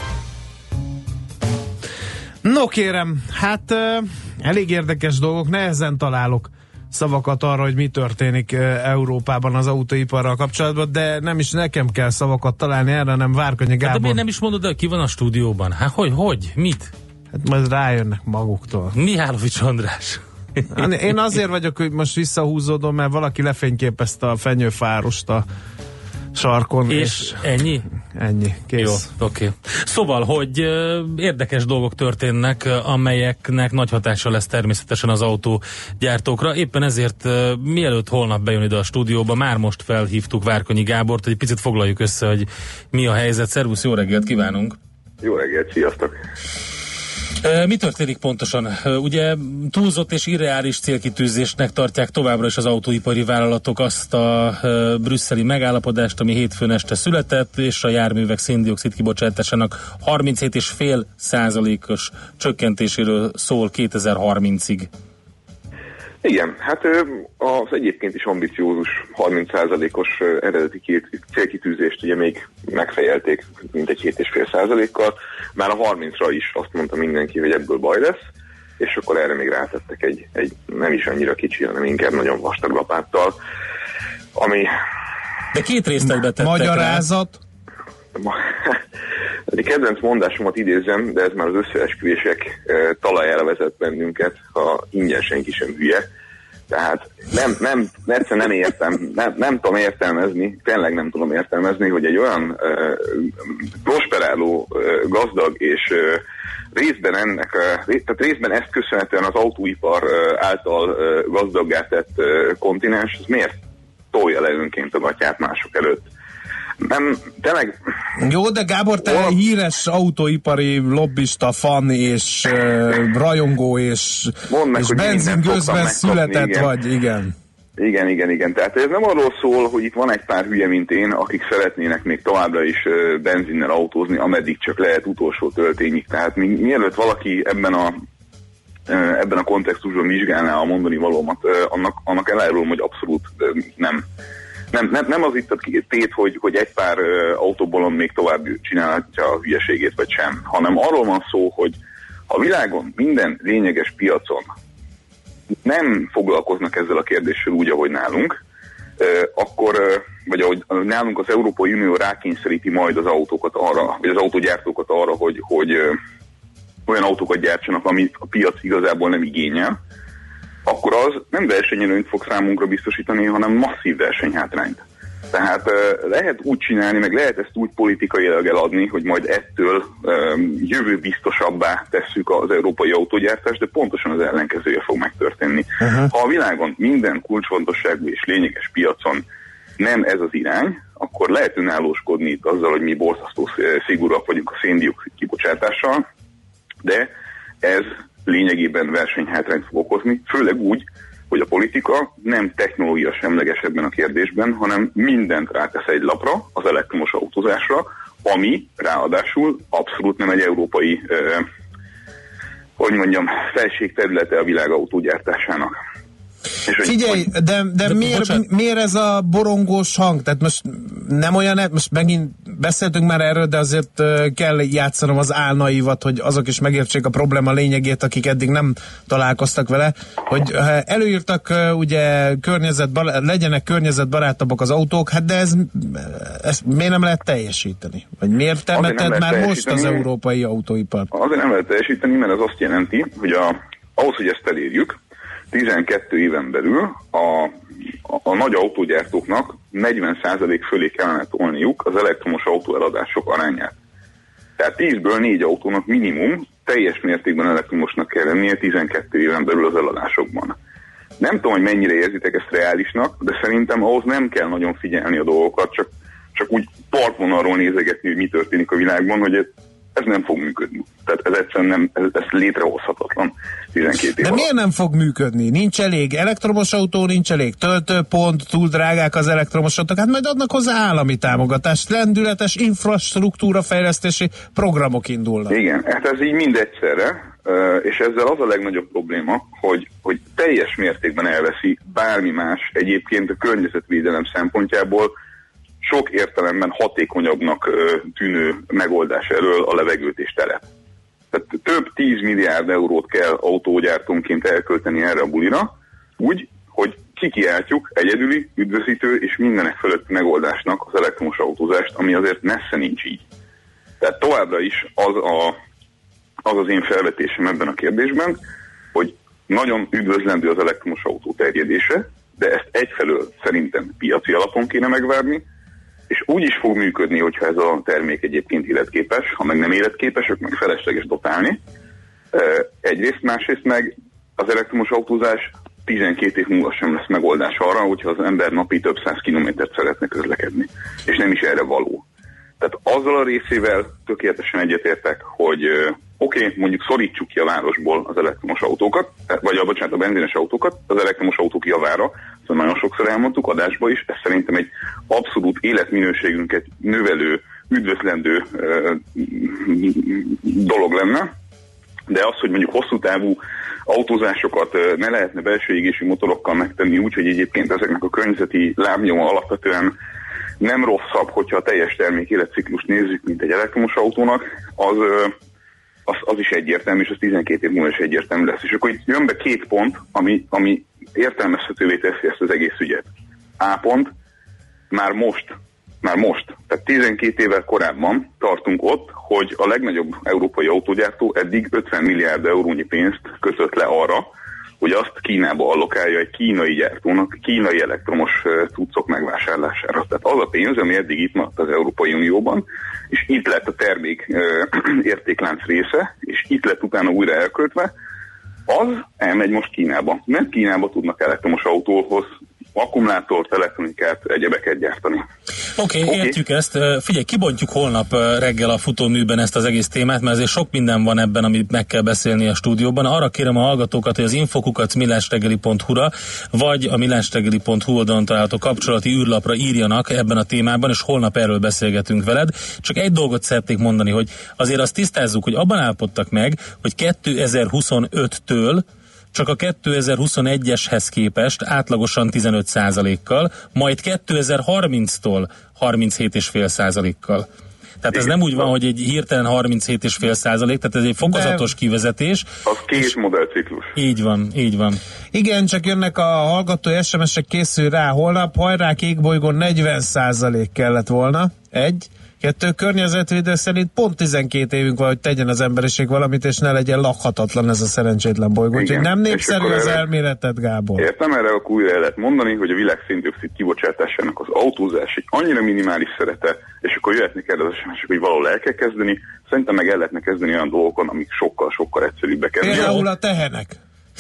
No kérem, hát elég érdekes dolgok, nehezen találok szavakat arra, hogy mi történik Európában az autóiparral kapcsolatban, de nem is nekem kell szavakat találni erre, nem Várkonyi Gábor. De miért nem is mondod el, ki van a stúdióban? Hát hogy? Mit? Hát majd rájönnek maguktól. Mihálovics András. Én azért vagyok, hogy most visszahúzódom, mert valaki lefényképezte a fenyőfárost a sarkon. És ennyi? Ennyi, kész. Jó, oké. Szóval, hogy érdekes dolgok történnek, amelyeknek nagy hatása lesz természetesen az autógyártókra. Éppen ezért mielőtt holnap bejön ide a stúdióba, már most felhívtuk Várkonyi Gábort, hogy egy picit foglaljuk össze, hogy mi a helyzet. Szervusz, jó reggelt kívánunk! Jó reggelt, sziasztok! Mi történik pontosan? Ugye túlzott és irreális célkitűzésnek tartják továbbra is az autóipari vállalatok azt a brüsszeli megállapodást, ami hétfőn este született, és a járművek szén-dioxid kibocsátásának 37,5%-os csökkentéséről szól 2030-ig. Igen, hát az egyébként is ambiciózus 30%-os eredeti célkitűzést ugye még megfejelték mintegy 7,5%-kal, már a 30-ra is azt mondta mindenki, hogy ebből baj lesz, és akkor erre még rátettek egy nem is annyira kicsi, hanem inkább nagyon vastag lapáttal, ami... De 2 részletbe tettek magyarázat? Egy kedvenc mondásomat idézem, de ez már az összeesküvések talajára vezet bennünket, ha ingyen senki sem hülye. Tehát nem értem, nem tudom értelmezni, tényleg nem tudom értelmezni, hogy egy olyan prosperáló, gazdag és részben ezt köszönhetően az autóipar által gazdaggá tett kontinens, az miért tolja le önként a gatyát mások előtt? Nem, tényleg... Jó, de Gábor, te híres autóipari lobbista, fan és rajongó és benzingőzben született igen. Vagy, igen. Igen. Tehát ez nem arról szól, hogy itt van egy pár hülye, mint én, akik szeretnének még továbbra is benzinnel autózni, ameddig csak lehet utolsó töltényig. Tehát mielőtt valaki ebben a kontextusban vizsgálná a mondani valómat, annak elárulom, hogy abszolút nem az itt a tét, hogy egy pár autóbolon még tovább csinálhatja a hülyeségét, vagy sem, hanem arról van szó, hogy ha a világon minden lényeges piacon nem foglalkoznak ezzel a kérdéssel úgy, ahogy nálunk, akkor, vagy ahogy nálunk az Európai Unió rákényszeríti majd az autókat arra, vagy az autógyártókat arra, hogy olyan autókat gyártsanak, amit a piac igazából nem igényel, akkor az nem versenyelőnyt fog számunkra biztosítani, hanem masszív versenyhátrányt. Tehát lehet úgy csinálni, meg lehet ezt úgy politikailag eladni, hogy majd ettől jövőbiztosabbá tesszük az európai autógyártást, de pontosan az ellenkezője fog megtörténni. Ha a világon minden kulcsfontosságú és lényeges piacon nem ez az irány, akkor lehet önállóskodni itt azzal, hogy mi borzasztó szigorúak vagyunk a szén-dioxid kibocsátással, de ez lényegében versenyhátrányt fog okozni, főleg úgy, hogy a politika nem technológia semleges ebben a kérdésben, hanem mindent rátesz egy lapra, az elektromos autózásra, ami ráadásul abszolút nem egy európai, felségterülete a világ autógyártásásának. Figyelj, de miért ez a borongós hang? Tehát most nem olyan, most megint beszéltünk már erről, de azért kell játszanom az álnaivat, hogy azok is megértsék a probléma lényegét, akik eddig nem találkoztak vele, hogy előírtak ugye legyenek környezetbarátabbak az autók, hát de ezt miért nem lehet teljesíteni? Vagy miért temeted már most az európai autóipart? Azért nem lehet teljesíteni, mert ez azt jelenti, hogy ahhoz, hogy ezt elérjük, 12 éven belül a a nagy autógyártóknak 40% fölé kellene tolniuk az elektromos autóeladások arányát. Tehát 10-ből 4 autónak minimum teljes mértékben elektromosnak kell lennie 12 éven belül az eladásokban. Nem tudom, hogy mennyire érzitek ezt reálisnak, de szerintem ahhoz nem kell nagyon figyelni a dolgokat, csak úgy partvonalról nézegetni, hogy mi történik a világban, hogy ez nem fog működni. Tehát ez egyszerűen nem, ez létrehozhatatlan 12 év. De miért nem fog működni? Nincs elég elektromos autó, nincs elég töltőpont, túl drágák az elektromos autók, hát majd adnak hozzá állami támogatást, lendületes infrastruktúra fejlesztési programok indulnak. Igen, hát ez így mind egyszerre, és ezzel az a legnagyobb probléma, hogy teljes mértékben elveszi bármi más egyébként a környezetvédelem szempontjából sok értelemben hatékonyabbnak tűnő megoldás elől a levegőt és teret. Tehát több 10 milliárd eurót kell autógyártónként elkölteni erre a bulira, úgy, hogy kikiáltjuk egyedüli, üdvözítő és mindenek fölötti megoldásnak az elektromos autózást, ami azért messze nincs így. Tehát továbbra is az én felvetésem ebben a kérdésben, hogy nagyon üdvözlendő az elektromos autó terjedése, de ezt egyfelől szerintem piaci alapon kéne megvárni, és úgy is fog működni, hogyha ez a termék egyébként életképes, ha meg nem életképes, akkor meg felesleges dotálni. Egyrészt, másrészt meg az elektromos autózás 12 év múlva sem lesz megoldás arra, hogyha az ember napi több 100 kilométert szeretne közlekedni, és nem is erre való. Tehát azzal a részével tökéletesen egyetértek, hogy oké, mondjuk szorítsuk ki a városból az elektromos autókat, vagy a benzines autókat, az elektromos autók javára, szóval nagyon sokszor elmondtuk adásba is, ez szerintem egy abszolút életminőségünket növelő, üdvözlendő dolog lenne, de az, hogy mondjuk hosszú távú autózásokat ne lehetne belső égésű motorokkal megtenni úgy, hogy egyébként ezeknek a környezeti lábnyoma alapvetően nem rosszabb, hogyha a teljes termék életciklust nézzük, mint egy elektromos autónak, az is egyértelmű, és az 12 év múlva is egyértelmű lesz. És akkor itt jön be 2 pont, ami értelmezhetővé teszi ezt az egész ügyet. A pont, már most, tehát 12 évvel korábban tartunk ott, hogy a legnagyobb európai autógyártó eddig 50 milliárd eurónyi pénzt kötött le arra, hogy azt Kínába allokálja egy kínai gyártónak, kínai elektromos cuccok megvásárlására. Tehát az a pénz, ami eddig itt maradt az Európai Unióban, és itt lett a termék értéklánc része, és itt lett utána újra elköltve, az elmegy most Kínába. Mert Kínába tudnak elektromos autóhoz akkumulátort, elektronikát, egyebeket gyártani. Oké, értjük ezt. Figyelj, kibontjuk holnap reggel a futóműben ezt az egész témát, mert azért sok minden van ebben, amit meg kell beszélni a stúdióban. Arra kérem a hallgatókat, hogy az info@millásreggeli.hu-ra vagy a millásreggeli.hu oldalon található kapcsolati űrlapra írjanak ebben a témában, és holnap erről beszélgetünk veled. Csak egy dolgot szeretnék mondani, hogy azért azt tisztázzuk, hogy abban állapodtak meg, hogy 2025-től csak a 2021-eshez képest átlagosan 15%-kal, majd 2030-tól 37,5%-kal. Tehát ez nem úgy van, hogy egy hirtelen 37,5%, tehát ez egy fokozatos kivezetés. Az 2 modellciklus. Így van. Igen, csak jönnek a hallgatói SMS-ek, készül rá holnap, hajrá Kékbolygón 40% kellett volna. 1. 2. Környezetvédő szerint pont 12 évünk van, hogy tegyen az emberiség valamit, és ne legyen lakhatatlan ez a szerencsétlen bolygó. Úgyhogy nem népszerű az elméleted, Gábor. Értem, erre akkor újra el lehet mondani, hogy a világ szén-dioxid kibocsátásának az autózás egy annyira minimális szerete, és akkor jöhetnek erre az esemesek, hogy valahol el kell kezdeni. Szerintem meg el lehetne kezdeni olyan dolgokon, amik sokkal egyszerűbbek. Például a tehenek.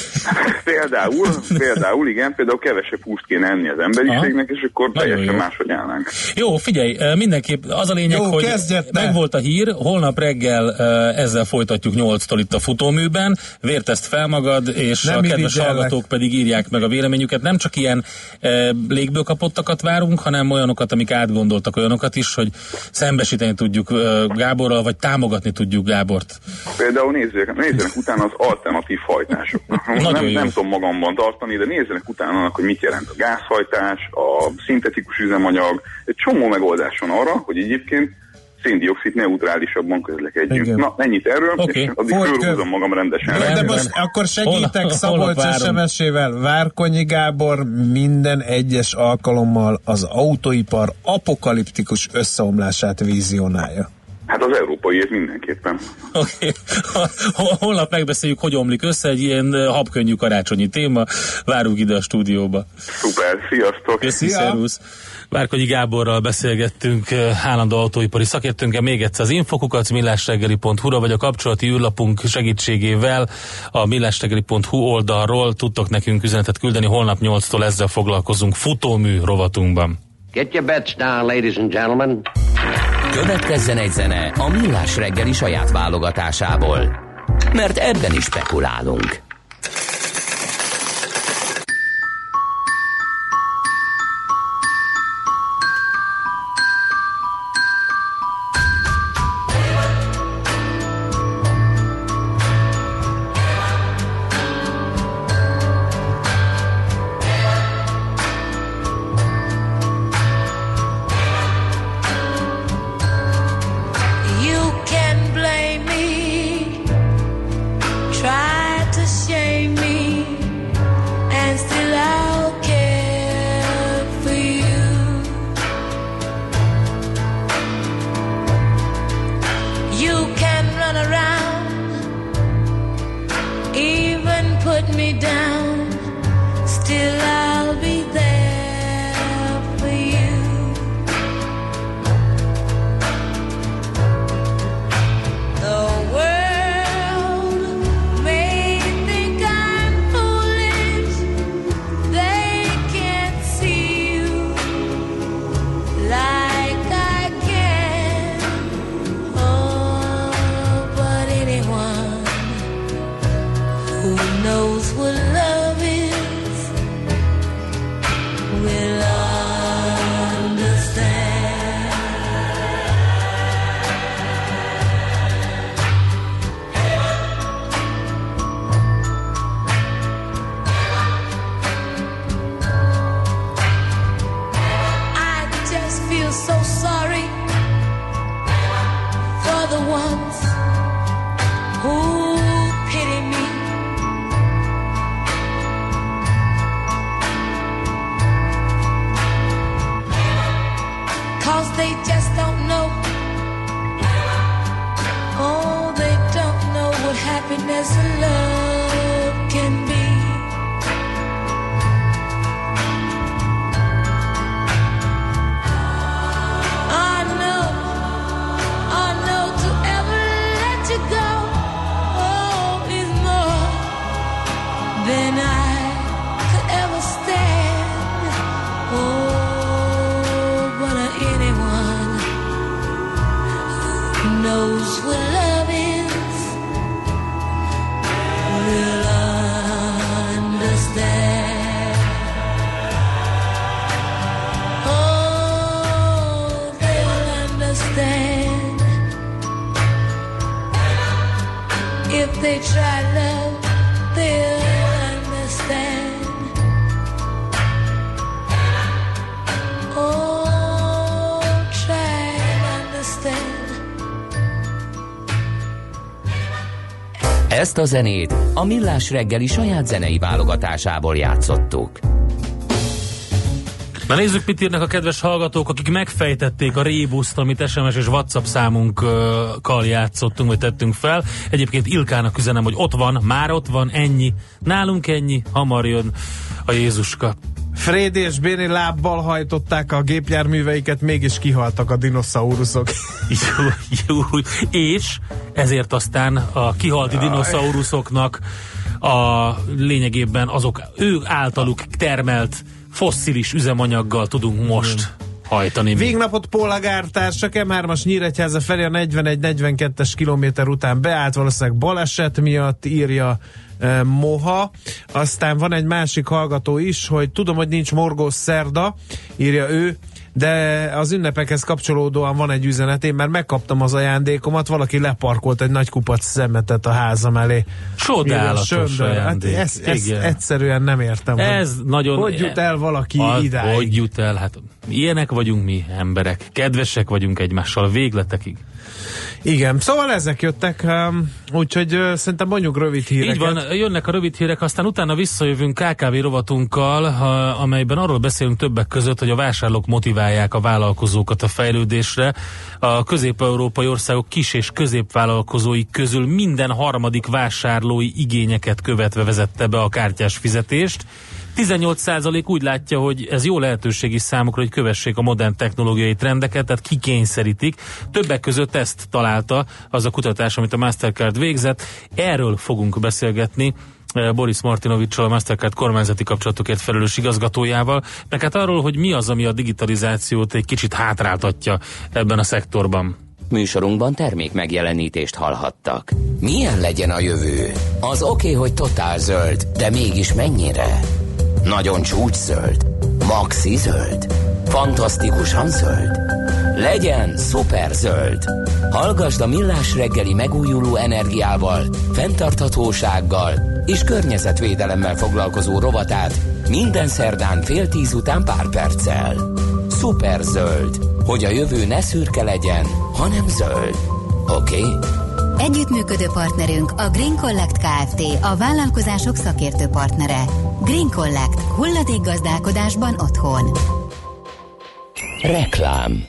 Például igen, például kevesebb húst kéne enni az emberiségnek, és akkor teljesen máshogy állnánk. Jó, figyelj, mindenképp az a lényeg, hogy megvolt a hír, holnap reggel ezzel folytatjuk 8-tól itt a futóműben, vérteszt fel magad, és nem a kedves hallgatók pedig írják meg a véleményüket. Nem csak ilyen légből kapottakat várunk, hanem olyanokat, amik átgondoltak, olyanokat is, hogy szembesíteni tudjuk Gáborral, vagy támogatni tudjuk Gábort. Például nézzenek utána az alternatív hajtásoknak. Nem tudom magamban tartani, de nézzenek utána annak, hogy mit jelent a gázhajtás, a szintetikus üzemanyag, egy csomó megoldás van arra, hogy egyébként szén-dioxid neutrálisabban közlekedjünk. Igen. Na, ennyit erről, és addig fölhúzom magam rendesen. De most akkor segítek Szabolcs SMS-ével. Várkonyi Gábor minden egyes alkalommal az autóipar apokaliptikus összeomlását vizionálja. Hát Hát az európaiért mindenképpen. Oké. Holnap megbeszéljük, hogy omlik össze, egy ilyen habkönnyű karácsonyi téma. Várunk ide a stúdióba. Szuper, sziasztok! Köszi, szervusz! Várkonyi Gáborral beszélgettünk, állandó autóipari szakértőnkkel. Még egyszer az info@millásreggeli.hu-ra vagy a kapcsolati űrlapunk segítségével a millásreggeli.hu oldalról tudtok nekünk üzenetet küldeni. Holnap 8-tól ezzel foglalkozunk futómű rovatunkban. Get your bets down, ladies and gentlemen. Következzen egy zene a Millás reggeli saját válogatásából, mert ebben is spekulálunk. Ezt a zenét a Millás reggeli saját zenei válogatásából játszottuk. Na nézzük, mit írnak a kedves hallgatók, akik megfejtették a rébuszt, amit SMS és WhatsApp számunkkal játszottunk, vagy tettünk fel. Egyébként Ilkának üzenem, hogy ott van, már ott van, ennyi. Nálunk ennyi, hamar jön a Jézuska. Fréd és Béni lábbal hajtották a gépjárműveiket, mégis kihaltak a dinoszauruszok. Jó, és ezért aztán a kihalti dinoszauruszoknak a lényegében azok ő általuk termelt fosszilis üzemanyaggal tudunk most hajtani. Végnapot polgártársak M3-as Nyíregyháza felé a 41-42-es kilométer után beállt, valószínűleg baleset miatt, írja Moha. Aztán van egy másik hallgató is, hogy tudom, hogy nincs morgós szerda, írja ő, de az ünnepekhez kapcsolódóan van egy üzenet, én már megkaptam az ajándékomat, valaki leparkolt egy nagy kupac szemetet a házam elé. Csodálatos ajándék. Hát ezt egyszerűen nem értem. Ez nagyon... Hogy jut el valaki idáig? Hogy jut el? Hát ilyenek vagyunk mi emberek. Kedvesek vagyunk egymással végletekig. Igen, szóval ezek jöttek, úgyhogy szerintem mondjuk rövid híreket. Így van, jönnek a rövid hírek, aztán utána visszajövünk KKV rovatunkkal, amelyben arról beszélünk többek között, hogy a vásárlók motiválják a vállalkozókat a fejlődésre. A közép-európai országok kis- és középvállalkozói közül minden harmadik vásárlói igényeket követve vezette be a kártyás fizetést. 18% úgy látja, hogy ez jó lehetőség is számukra, hogy kövessék a modern technológiai trendeket, tehát kikényszerítik. Többek között ezt találta az a kutatás, amit a Mastercard végzett. Erről fogunk beszélgetni Boris Martinovics-sal, a Mastercard kormányzati kapcsolatokért felelős igazgatójával, meg hát arról, hogy mi az, ami a digitalizációt egy kicsit hátráltatja ebben a szektorban. Műsorunkban termék megjelenítést hallhattak. Milyen legyen a jövő? Az oké, hogy totál zöld, de mégis mennyire? Nagyon csúcszöld? Maxi zöld? Fantasztikusan zöld? Legyen szuper zöld! Hallgasd a Millás reggeli megújuló energiával, fenntarthatósággal és környezetvédelemmel foglalkozó rovatát minden szerdán 9:30 után pár perccel. Szuper zöld, hogy a jövő ne szürke legyen, hanem zöld. Oké? Együttműködő partnerünk a Green Collect Kft. A vállalkozások szakértő partnere. Green Collect. Hulladékgazdálkodásban otthon. Reklám.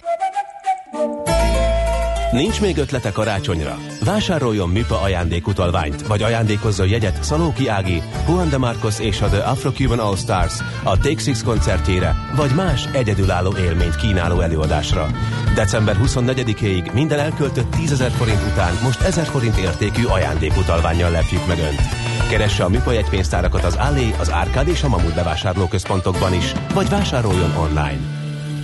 Nincs még ötlete karácsonyra? Vásároljon MIPA ajándékutalványt, vagy ajándékozzon jegyet Szalóki Ági, Juan de Marcos és a The Afro-Cuban All Stars a Take Six koncertjére, vagy más egyedülálló élményt kínáló előadásra. December 24-éig minden elköltött 10 000 forint után most 1000 forint értékű ajándékutalvánnyal lepjük meg Önt. Keresse a MIPA jegypénztárakat az Allé, az Árkád és a Mamut bevásárlóközpontokban is, vagy vásároljon online.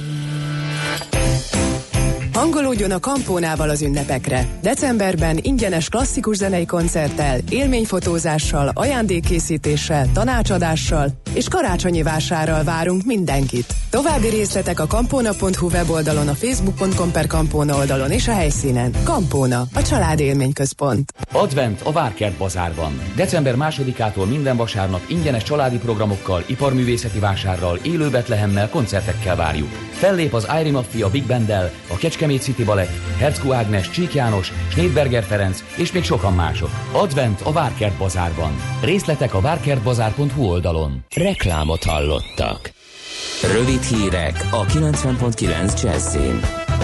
Hangolódjon a Campónával az ünnepekre. Decemberben ingyenes klasszikus zenei koncerttel, élményfotózással, ajándékkészítéssel, tanácsadással és karácsonyi vásárral várunk mindenkit. További részletek a campona.hu weboldalon, a facebook.com/Campona oldalon és a helyszínen. Campona, a család élményközpont. Advent a Várkert Bazárban. December 2-ától minden vasárnap ingyenes családi programokkal, iparművészeti vásárral, élő Betlehemmel, koncertekkel várjuk. Fellép az Irie Mafia Big Banddel, a Kecskemét City Ballet, Herczkó Ágnes, Csík János, Schneidberger Ferenc és még sokan mások. Advent a Várkert Bazárban. Részletek a várkertbazár.hu oldalon. Reklámot hallottak. Rövid hírek a 90.9 Jazzin.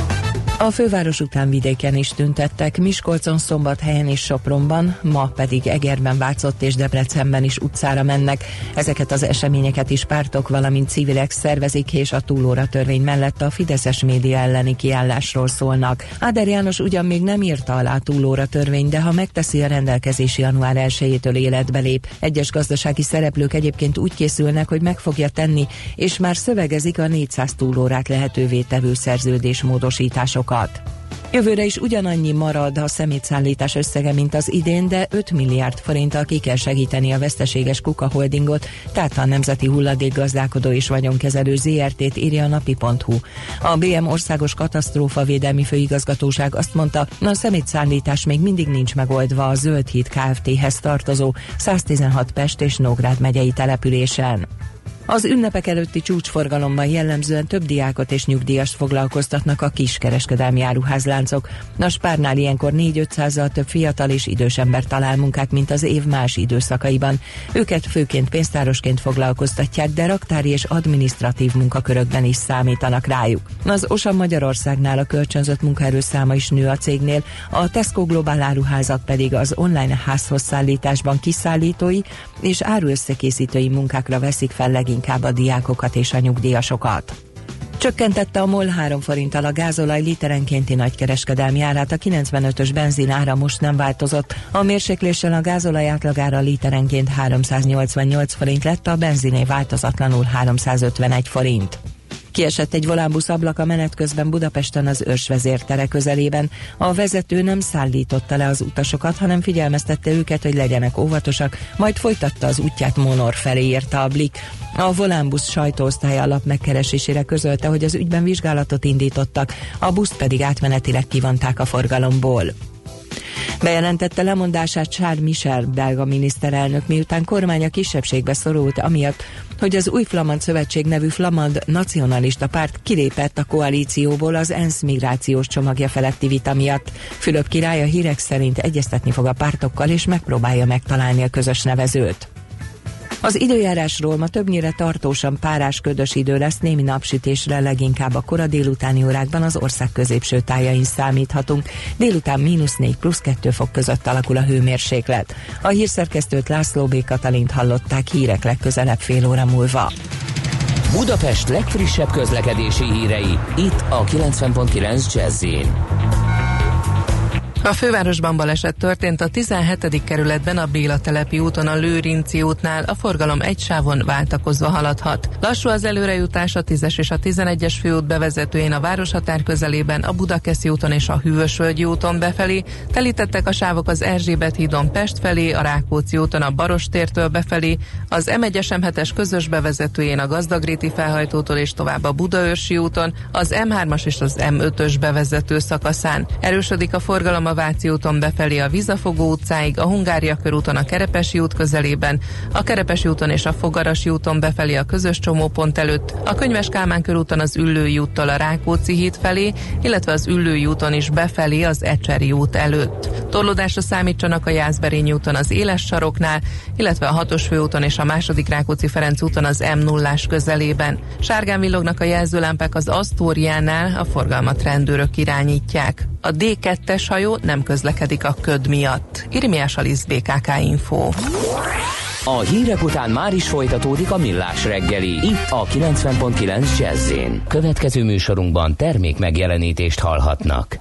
A főváros után vidéken is tüntettek, Miskolcon, Szombathelyen és Sopronban, ma pedig Egerben, Vácott és Debrecenben is utcára mennek. Ezeket az eseményeket is pártok, valamint civilek szervezik, és a túlóra törvény mellett a fideszes média elleni kiállásról szólnak. Áder János ugyan még nem írta alá a túlóra törvényt, de ha megteszi, a rendelkezés január 1-től életbe lép. Egyes gazdasági szereplők egyébként úgy készülnek, hogy meg fogja tenni, és már szövegezik a 400 túlórát lehetővé tevő szerződésmódosításokat. Jövőre is ugyanannyi marad a szemétszállítás összege, mint az idén, de 5 milliárd forinttal ki kell segíteni a veszteséges Kuka Holdingot, tehát a Nemzeti Hulladékgazdálkodó és Vagyonkezelő ZRT-t, írja a napi.hu. A BM Országos Katasztrófavédelmi Főigazgatóság azt mondta, a szemétszállítás még mindig nincs megoldva a Zöld Híd Kft-hez tartozó 116 Pest és Nógrád megyei településen. Az ünnepek előtti csúcsforgalomban jellemzően több diákot és nyugdíjast foglalkoztatnak a kiskereskedelmi áruházláncok. A Spárnál ilyenkor 4-500-zal több fiatal és idős ember talál munkát, mint az év más időszakaiban. Őket főként pénztárosként foglalkoztatják, de raktári és adminisztratív munkakörökben is számítanak rájuk. Az Osa Magyarországnál a kölcsönzött munkaerő száma is nő a cégnél, a Tesco Globál áruházak pedig az online házhoz szállításban kiszállítói és áruösszekészítői munkákra veszik fel inkább a diákokat és a nyugdíjasokat. Csökkentette a MOL 3 forinttal a gázolaj literenkénti nagykereskedelmi árát, a 95-ös benzin ára most nem változott. A mérsékléssel a gázolaj átlagára literenként 388 forint lett, a benziné változatlanul 351 forint. Kiesett egy volánbusz ablaka menet közben Budapesten az Örs vezértere közelében. A vezető nem szállította le az utasokat, hanem figyelmeztette őket, hogy legyenek óvatosak, majd folytatta az útját Monor felé, írta a Blik. A volánbusz sajtóosztálya alap megkeresésére közölte, hogy az ügyben vizsgálatot indítottak, a buszt pedig átmenetileg kivonták a forgalomból. Bejelentette lemondását Charles Michel belga miniszterelnök, miután kormánya kisebbségbe szorult amiatt, hogy az Új Flamand Szövetség nevű flamand nacionalista párt kilépett a koalícióból az ENSZ migrációs csomagja feletti vita miatt. Fülöp király a hírek szerint egyeztetni fog a pártokkal és megpróbálja megtalálni a közös nevezőt. Az időjárásról: ma többnyire tartósan párás, ködös idő lesz, némi napsütésre leginkább a kora délutáni órákban az ország középső tájain számíthatunk. Délután -4 plusz 2 fok között alakul a hőmérséklet. A hírszerkesztőt, László B. Katalint hallották. Hírek legközelebb fél óra múlva. Budapest legfrissebb közlekedési hírei, itt a 90.9 Jazz-in. A fővárosban baleset történt a 17. kerületben a Béla telepi úton a Lőrinci útnál, a forgalom egy sávon váltakozva haladhat. Lassú az előrejutás a 10-es és a 11-es főút bevezetőjén a városhatár közelében, a Budakeszi úton és a Hűvösvölgyi úton befelé, telítettek a sávok az Erzsébet hídon Pest felé, a Rákóczi úton a Barostértől befelé, az M1-es M7-es közös bevezetőjén a Gazdagréti felhajtótól és tovább a Budaörsi úton, az M3-as és az M5-ös bevezető szakaszán. Erősödik a forgalom a Váci úton befelé a Vizafogó utcáig, a Hungária körúton a Kerepesi út közelében, a Kerepesi úton és a Fogarasi úton befelé a közös csomópont előtt, a Könyves Kálmán körúton az Üllői úttal a Rákóczi híd felé, illetve az Üllői úton is befelé az Ecseri út előtt. Torlódásra számítsanak a Jászberényi úton az Éles saroknál, illetve a 6-os főúton és a 2. Rákóczi-Ferenc úton az M0-ás közelében. Sárgán villognak a jelzőlámpák az Asztóriánál, a forgalmat rendőrök irányítják. A D2-es hajó nem közlekedik a köd miatt. Irmiás Alisz, BKK Info. A hírek után már is folytatódik a Millás reggeli, itt a 90.9 Jazz-in. Következő műsorunkban termék megjelenítést hallhatnak.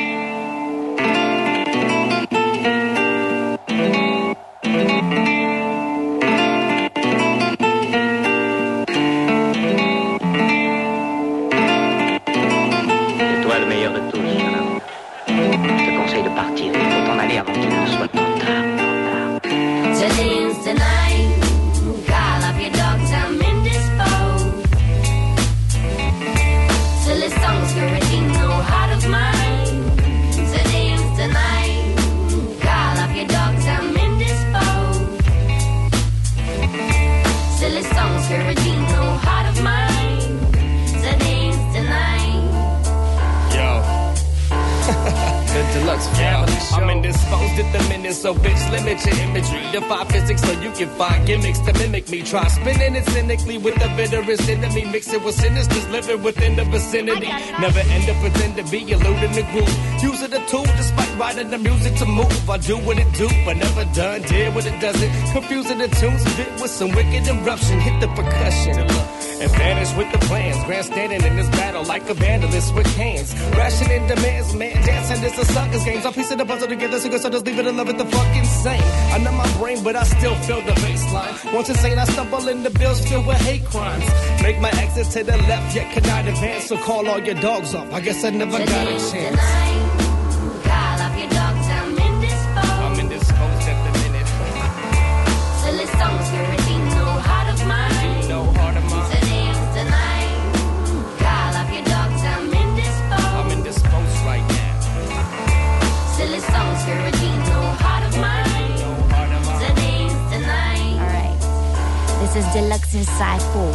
I'm indisposed at the minute, so bitch, limit your imagery. Defy physics so you can find gimmicks to mimic me. Try spinning it cynically with the bitterest enemy. Mix it with sinisters living within the vicinity. Never end up pretend to be eluding the groove. Use it a tool despite writing the music to move. I do what it do, but never done. Did what it doesn't. Confusing the tunes, bit with some wicked eruption. Hit the percussion and vanish with the plans. Grandstanding in this battle like a vandalist with cans. Rationing demands, man, dancing is a sucker's game. I'm piecing the puzzle together, so just leave it and love it the fucking same. I know my brain, but I still feel the baseline. Once insane, I stumble into bills filled with hate crimes. Make my exit to the left, yet cannot advance. So call all your dogs off. I guess I never got a chance. Call up your dogs, I'm indisposed. I'm indisposed at the minute. Silly songs, you're redeem, no heart of mine. No heart of mine. Today's the night. Call up your dogs, I'm indisposed. I'm indisposed right now. Silly songs, you're redeem, no heart of mine. No heart of mine. Today's the night. Alright, this is Deluxe Inside 4.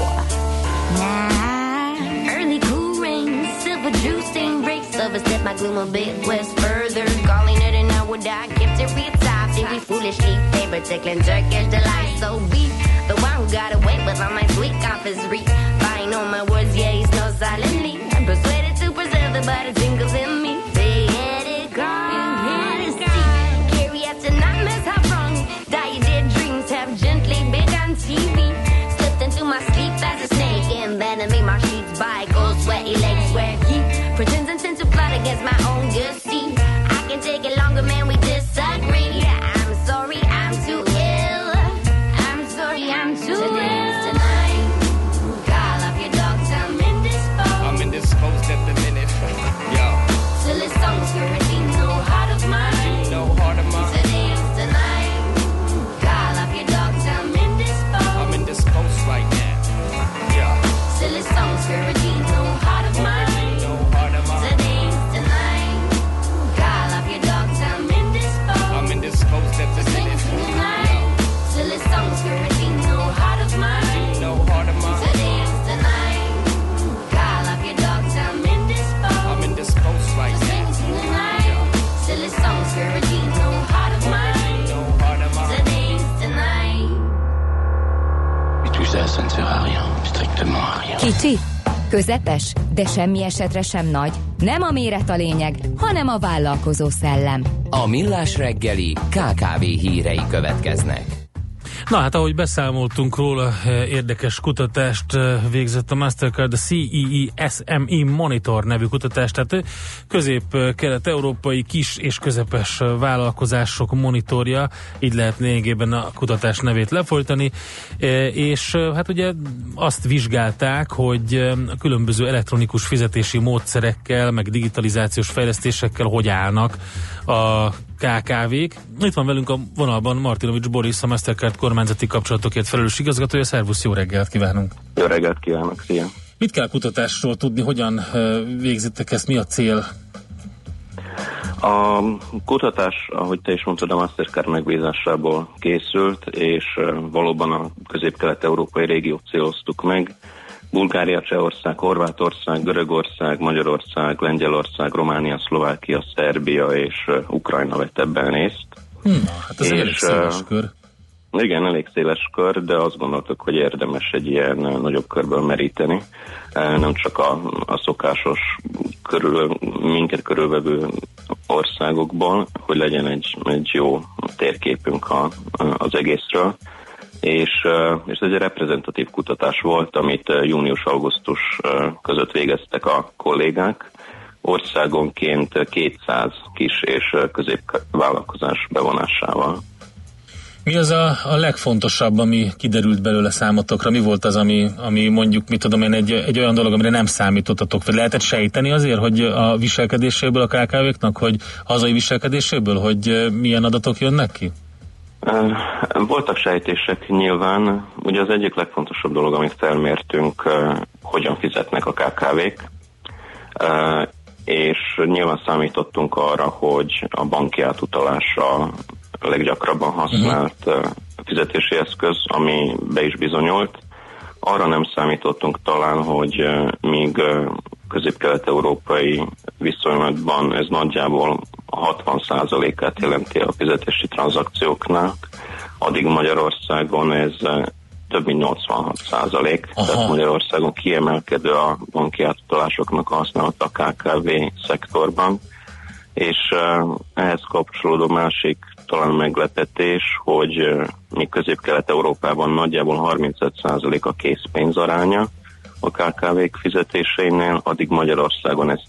Nah. Early cool rain, silver juice stain breaks. Overstep my gloom a bit west further. Calling it an hour, I kept it real top. Did we foolishly favor tickling Turkish delight so weak? The one who got away with all my sweet confessory. Buying on my words, yeah, he snows silently. I'm persuaded to preserve the body tingles in me. They had it gone. Carry out to nightmares have wrong. Die dead dreams have gently been on TV. Slipped into my sleep as a snake. And then I made my sheets by cold sweaty legs where he pretends intent to plot against my own good seed. I can take it longer, man, we disagree. I'm sorry, I'm too ill. Kicsi, közepes, de semmi esetre sem nagy. Nem a méret a lényeg, hanem a vállalkozó szellem. A Millás reggeli KKV hírei következnek. Na hát, ahogy beszámoltunk róla, érdekes kutatást végzett a Mastercard, a CEE SME Monitor nevű kutatást, tehát közép-kelet-európai kis és közepes vállalkozások monitorja, így lehet lényegében a kutatás nevét lefolytani, és hát ugye azt vizsgálták, hogy a különböző elektronikus fizetési módszerekkel, meg digitalizációs fejlesztésekkel hogy állnak a KKV-k. Itt van velünk a vonalban Martinovics Boris, a Mastercard kormányzati kapcsolatokért felelős igazgatója. Szervusz, jó reggelt kívánunk! Jó reggelt kívánok, szia! Mit kell a kutatásról tudni, hogyan végzitek ezt, mi a cél? A kutatás, ahogy te is mondtad, a Mastercard megbízásából készült, és valóban a közép-kelet-európai régiót céloztuk meg. Bulgária, Csehország, Horvátország, Görögország, Magyarország, Lengyelország, Románia, Szlovákia, Szerbia és Ukrajna vett ebben részt. Hát ez elég széles kör. Igen, elég széles kör, de azt gondoltuk, hogy érdemes egy ilyen nagyobb körből meríteni. Nem csak a szokásos minket körülvevő országokból, hogy legyen egy jó térképünk az egészről. És ez egy reprezentatív kutatás volt, amit június-augusztus között végeztek a kollégák. Országonként 200 kis és középvállalkozás bevonásával. Mi az a legfontosabb, ami kiderült belőle számotokra? Mi volt az, ami mondjuk, mit tudom én, egy olyan dolog, amire nem számítottatok? Vagy lehetett sejteni azért, hogy a viselkedéséből a KKV-knak, hogy hazai viselkedéséből, hogy milyen adatok jönnek ki? Voltak sejtések nyilván. Ugye az egyik legfontosabb dolog, amit felmértünk, hogyan fizetnek a KKV-k, és nyilván számítottunk arra, hogy a banki átutalás a leggyakrabban használt fizetési eszköz, ami be is bizonyult. Arra nem számítottunk talán, hogy míg közép-kelet-európai viszonylatban ez nagyjából 60%-át jelenti a fizetési tranzakcióknak, addig Magyarországon ez több mint 86%. Tehát Magyarországon kiemelkedő a banki átutalásoknak a használata a KKV szektorban, és ehhez kapcsolódó másik talán meglepetés, hogy míg közép-kelet-európában nagyjából 35% a készpénz aránya a KKV-k fizetéseinél, addig Magyarországon ez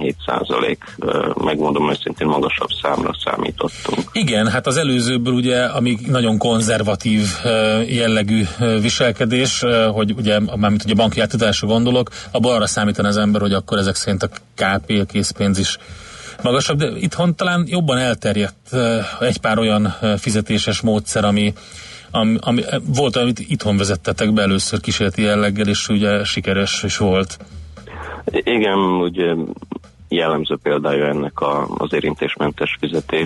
17%. Megmondom őszintén, magasabb számra számítottunk. Igen, hát az előzőből ugye, ami nagyon konzervatív jellegű viselkedés, hogy ugye, mármint ugye banki átutalásra gondolok, abban arra számítan az ember, hogy akkor ezek szerint a KP, a készpénz is magasabb, de itthon talán jobban elterjedt egy pár olyan fizetéses módszer, ami volt, amit itthon vezettetek be először kísérleti jelleggel, és ugye sikeres is volt. Igen, ugye jellemző példája ennek az érintésmentes fizetés,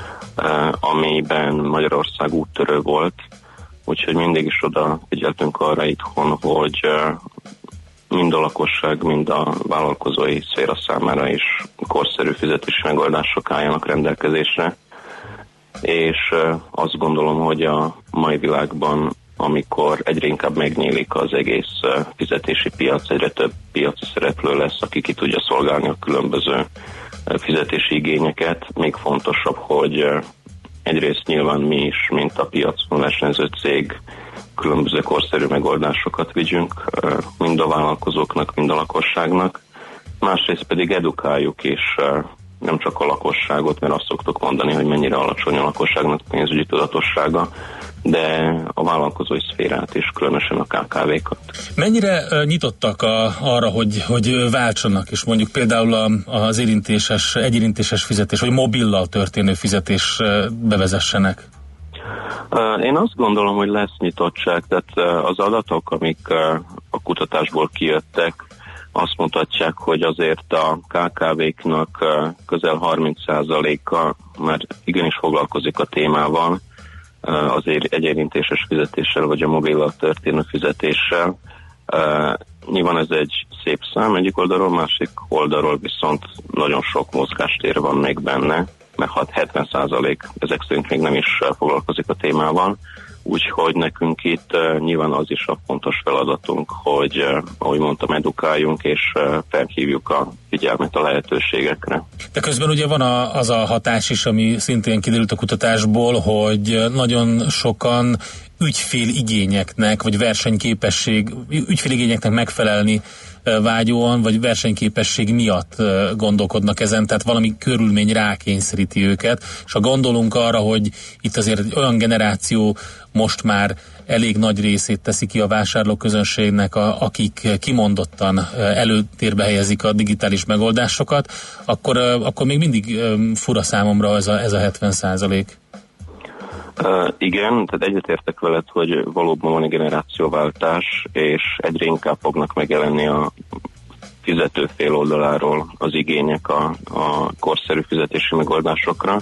amiben Magyarország úttörő volt, úgyhogy mindig is oda figyeltünk arra itthon, hogy mind a lakosság, mind a vállalkozói szféra számára is korszerű fizetési megoldások álljanak rendelkezésre. És azt gondolom, hogy a mai világban, amikor egyre inkább megnyílik az egész fizetési piac, egyre több piaci szereplő lesz, aki ki tudja szolgálni a különböző fizetési igényeket, még fontosabb, hogy egyrészt nyilván mi is, mint a piacon versenyző cég, különböző korszerű megoldásokat vigyünk mind a vállalkozóknak, mind a lakosságnak. Másrészt pedig edukáljuk is nem csak a lakosságot, mert azt szoktuk mondani, hogy mennyire alacsony a lakosságnak pénzügyi tudatossága, de a vállalkozói szférát is, különösen a KKV-kat. Mennyire nyitottak arra, hogy váltsanak, és mondjuk például az egyérintéses fizetés, vagy mobillal történő fizetés bevezessenek? Én azt gondolom, hogy lesz nyitottság, tehát az adatok, amik a kutatásból kijöttek, azt mutatják, hogy azért a KKV-knak közel 30%-a már igenis foglalkozik a témával, azért egyérintéses fizetéssel, vagy a mobillal történő fizetéssel. Nyilván ez egy szép szám egyik oldalról, másik oldalról viszont nagyon sok mozgástér van még benne, mert 70% ezek szerint még nem is foglalkozik a témával. úgyhogy nekünk itt nyilván az is a fontos feladatunk, hogy ahogy mondtam, edukáljunk és felhívjuk a figyelmet a lehetőségekre. De közben ugye van az a hatás is, ami szintén kiderült a kutatásból, hogy nagyon sokan ügyféligényeknek, vagy ügyféligényeknek megfelelni vágyóan, vagy versenyképesség miatt gondolkodnak ezen, tehát valami körülmény rákényszeríti őket, és ha gondolunk arra, hogy itt azért egy olyan generáció most már elég nagy részét teszi ki a vásárlóközönségnek, akik kimondottan előtérbe helyezik a digitális megoldásokat, akkor még mindig fura számomra ez a 70%. Igen, tehát egyetértek veled, hogy valóban van egy generációváltás, és egyre inkább fognak megjelenni a fizető fél oldaláról az igények a korszerű fizetési megoldásokra.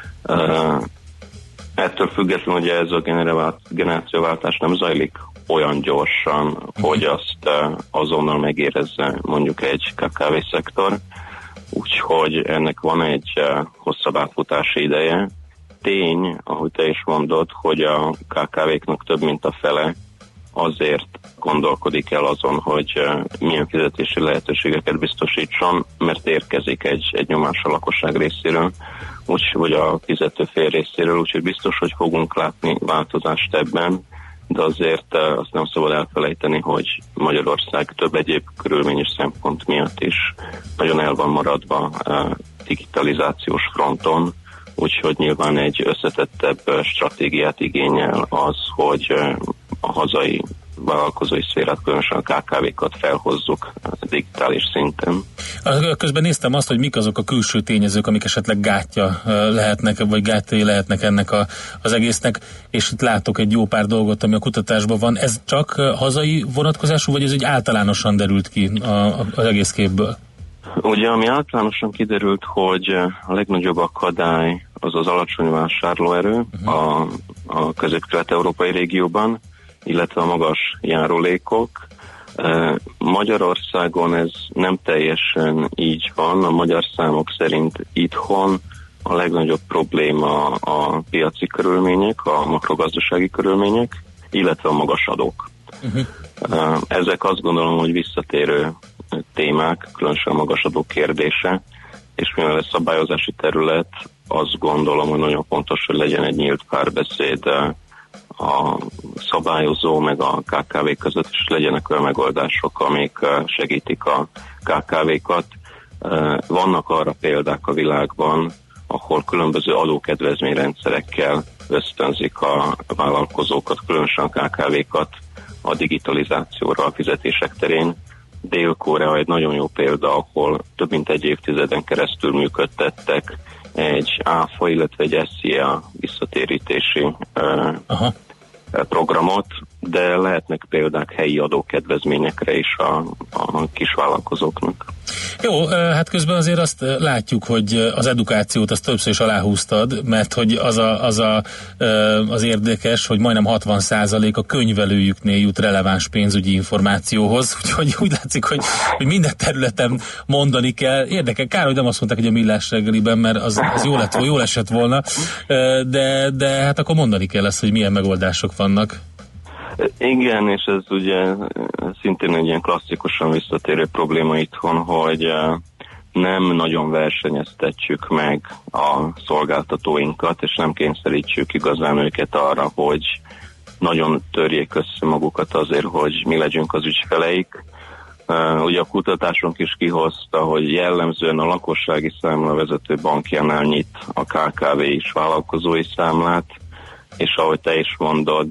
Ettől függetlenül, hogy ez a generációváltás nem zajlik olyan gyorsan, hogy azt azonnal megérezze mondjuk egy KKV-szektor, úgyhogy ennek van egy hosszabb átfutási ideje. Tény, ahogy te is mondod, hogy a KKV-knak több mint a fele azért gondolkodik el azon, hogy milyen fizetési lehetőségeket biztosítson, mert érkezik egy nyomás a lakosság részéről, vagy a fizető fél részéről, úgyhogy biztos, hogy fogunk látni változást ebben, de azért azt nem szabad elfelejteni, hogy Magyarország több egyéb körülményes szempont miatt is nagyon el van maradva digitalizációs fronton, úgyhogy nyilván egy összetettebb stratégiát igényel az, hogy a hazai vállalkozói szférát, különösen a KKV-kat felhozzuk digitális szinten. Közben néztem azt, hogy mik azok a külső tényezők, amik esetleg gátja lehetnek, vagy gátjai lehetnek ennek az egésznek, és itt látok egy jó pár dolgot, ami a kutatásban van. Ez csak hazai vonatkozású, vagy ez úgy általánosan derült ki az egész képből? Ugye, ami általánosan kiderült, hogy a legnagyobb akadály az az alacsony vásárlóerő a közép-kelet-európai régióban, illetve a magas járulékok. Magyarországon ez nem teljesen így van. A magyar számok szerint itthon a legnagyobb probléma a piaci körülmények, a makrogazdasági körülmények, illetve a magas adók. Ezek azt gondolom, hogy visszatérő témák, különösen a magas adók kérdése, és mivel ez szabályozási terület, azt gondolom, hogy nagyon fontos, hogy legyen egy nyílt párbeszéd a szabályozó meg a KKV között, és legyenek olyan megoldások, amik segítik a KKV-kat. Vannak arra példák a világban, ahol különböző adókedvezményrendszerekkel ösztönzik a vállalkozókat, különösen a KKV-kat a digitalizációra a fizetések terén. Dél-Korea egy nagyon jó példa, ahol több mint egy évtizeden keresztül működtettek egy ÁFA, illetve egy SZIA visszatérítési programot, de lehetnek példák helyi adókedvezményekre is a kisvállalkozóknak. Jó, hát közben azért azt látjuk, hogy az edukációt azt többször is aláhúztad, mert hogy az érdekes, hogy majdnem 60% a könyvelőjüknél jut releváns pénzügyi információhoz, úgyhogy úgy látszik, hogy minden területen mondani kell. Érdekel, kár, hogy nem azt mondták, hogy a Millás reggeliben, mert az jól esett volna, de hát akkor mondani kell ezt, hogy milyen megoldások vannak. Igen, és ez ugye szintén egy ilyen klasszikusan visszatérő probléma itthon, hogy nem nagyon versenyeztetjük meg a szolgáltatóinkat, és nem kényszerítsük igazán őket arra, hogy nagyon törjék össze magukat azért, hogy mi legyünk az ügyfeleik. Ugye a kutatásunk is kihozta, hogy jellemzően a lakossági számlavezető bankjánál nyit a KKV is vállalkozói számlát, és ahogy te is mondod,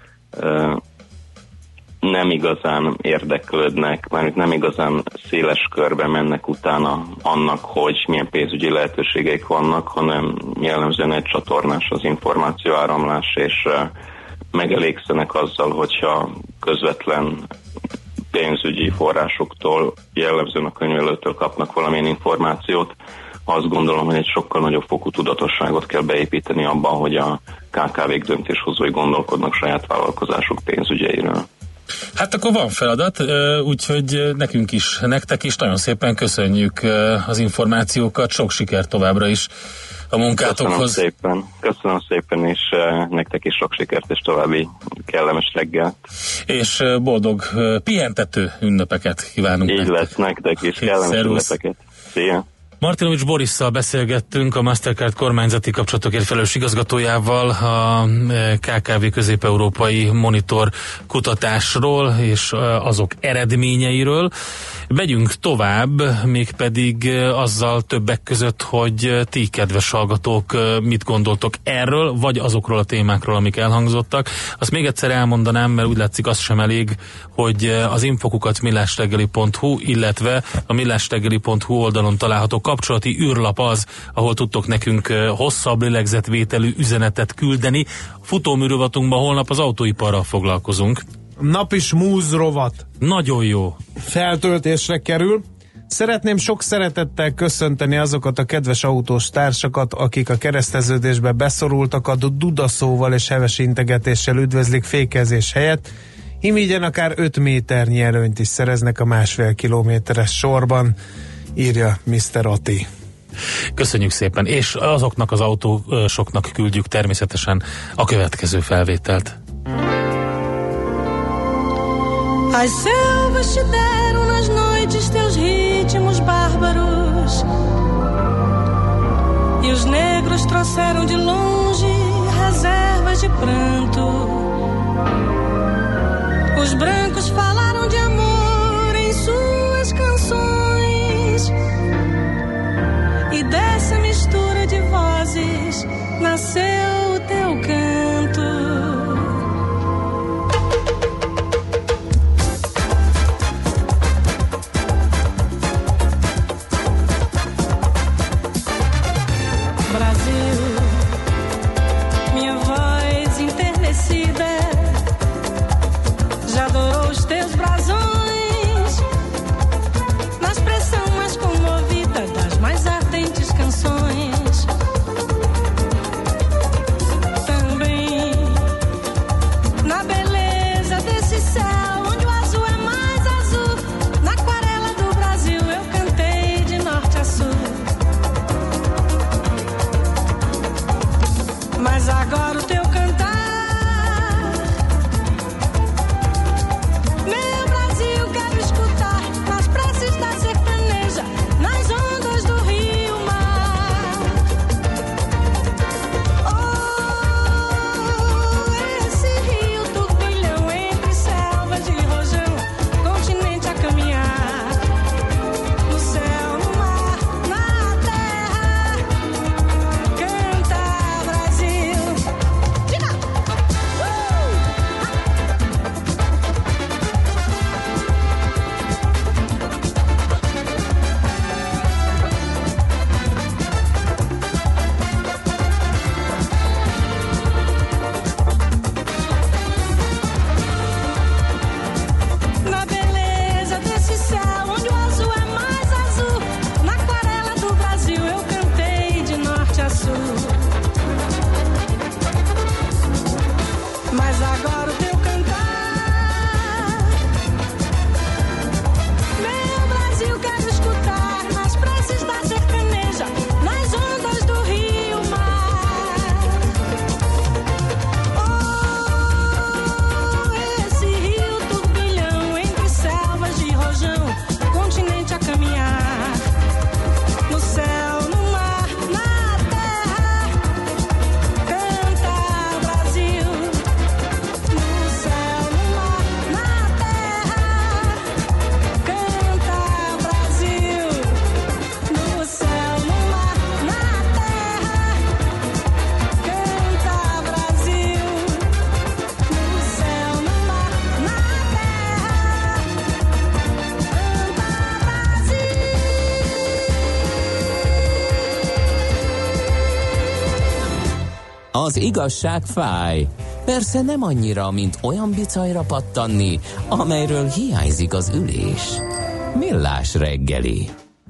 nem igazán érdeklődnek, mert nem igazán széles körbe mennek utána annak, hogy milyen pénzügyi lehetőségeik vannak, hanem jellemzően egy csatornás az információáramlás, és megelégszenek azzal, hogyha közvetlen pénzügyi forrásoktól, jellemzően a könyvelőtől kapnak valamilyen információt. Azt gondolom, hogy egy sokkal nagyobb fokú tudatosságot kell beépíteni abban, hogy a KKV-k döntéshozói gondolkodnak saját vállalkozások pénzügyeiről. Hát akkor van feladat, úgyhogy nektek is nagyon szépen köszönjük az információkat, sok sikert továbbra is a munkátokhoz. Köszönöm szépen, és nektek is sok sikert, és további kellemes reggelt. És boldog pihentető ünnepeket kívánunk. Így lesz nektek is, kellemes ünnepeket. Szia! Martinovics Borisszal beszélgettünk, a Mastercard kormányzati kapcsolatokért felelős igazgatójával, a KKV közép-európai monitor kutatásról és azok eredményeiről. Megyünk tovább, mégpedig azzal többek között, hogy ti, kedves hallgatók, mit gondoltok erről, vagy azokról a témákról, amik elhangzottak. Azt még egyszer elmondanám, mert úgy látszik, az sem elég, hogy az info@millásreggeli.hu, illetve a millásreggeli.hu oldalon található kapcsolati űrlap az, ahol tudtok nekünk hosszabb lélegzetvételű üzenetet küldeni. Futóműrovatunkban holnap az autóiparral foglalkozunk. Napi smúz rovat. Nagyon jó. Feltöltésre kerül. Szeretném sok szeretettel köszönteni azokat a kedves autós társakat, akik a kereszteződésbe beszorultakat dudaszóval és heves integetéssel üdvözlik fékezés helyett. Imígyen akár 5 méternyi előnyt is szereznek a 1,5 kilométeres sorban, írja Mr. Ati. Köszönjük szépen, és azoknak az autósoknak küldjük természetesen a következő felvételt. As selvas te deram nas noites teus ritmos bárbaros, e os negros trouxeram de longe reservas de pranto. Os brancos falaram de amor em suas canções, e dessa mistura de vozes nasceu o teu canto. Já adorou os teus brasões, na expressão mais comovida das mais ardentes canções. Também na beleza desse céu, onde o azul é mais azul, na aquarela do Brasil eu cantei de norte a sul. Mas agora o teu cantar, Az igazság fáj. Persze nem annyira, mint olyan bicajra pattanni, amelyről hiányzik az ülés. Millás reggeli.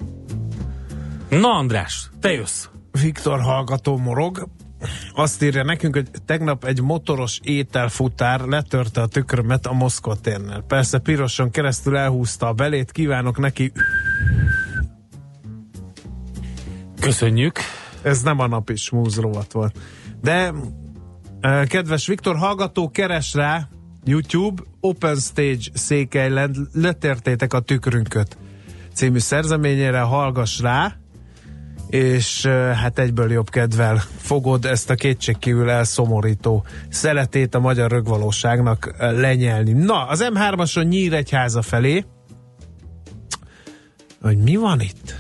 Na András, te jössz. Viktor hallgató morog. Azt írja nekünk, hogy tegnap egy motoros ételfutár letörte a tükrömet a Moszkva térnél. Persze piroson keresztül elhúzta a belét, kívánok neki. Köszönjük. Ez nem a napi smúz rovat volt. De kedves Viktor hallgató, keres rá YouTube, Open Stage Székelyland, letértétek a tükrünköt című szerzeményére, hallgass rá, és hát egyből jobb kedvel fogod ezt a kétségkívül elszomorító szeletét a magyar rögvalóságnak lenyelni. Na, az M3-ason Nyíregyháza felé, hogy mi van itt?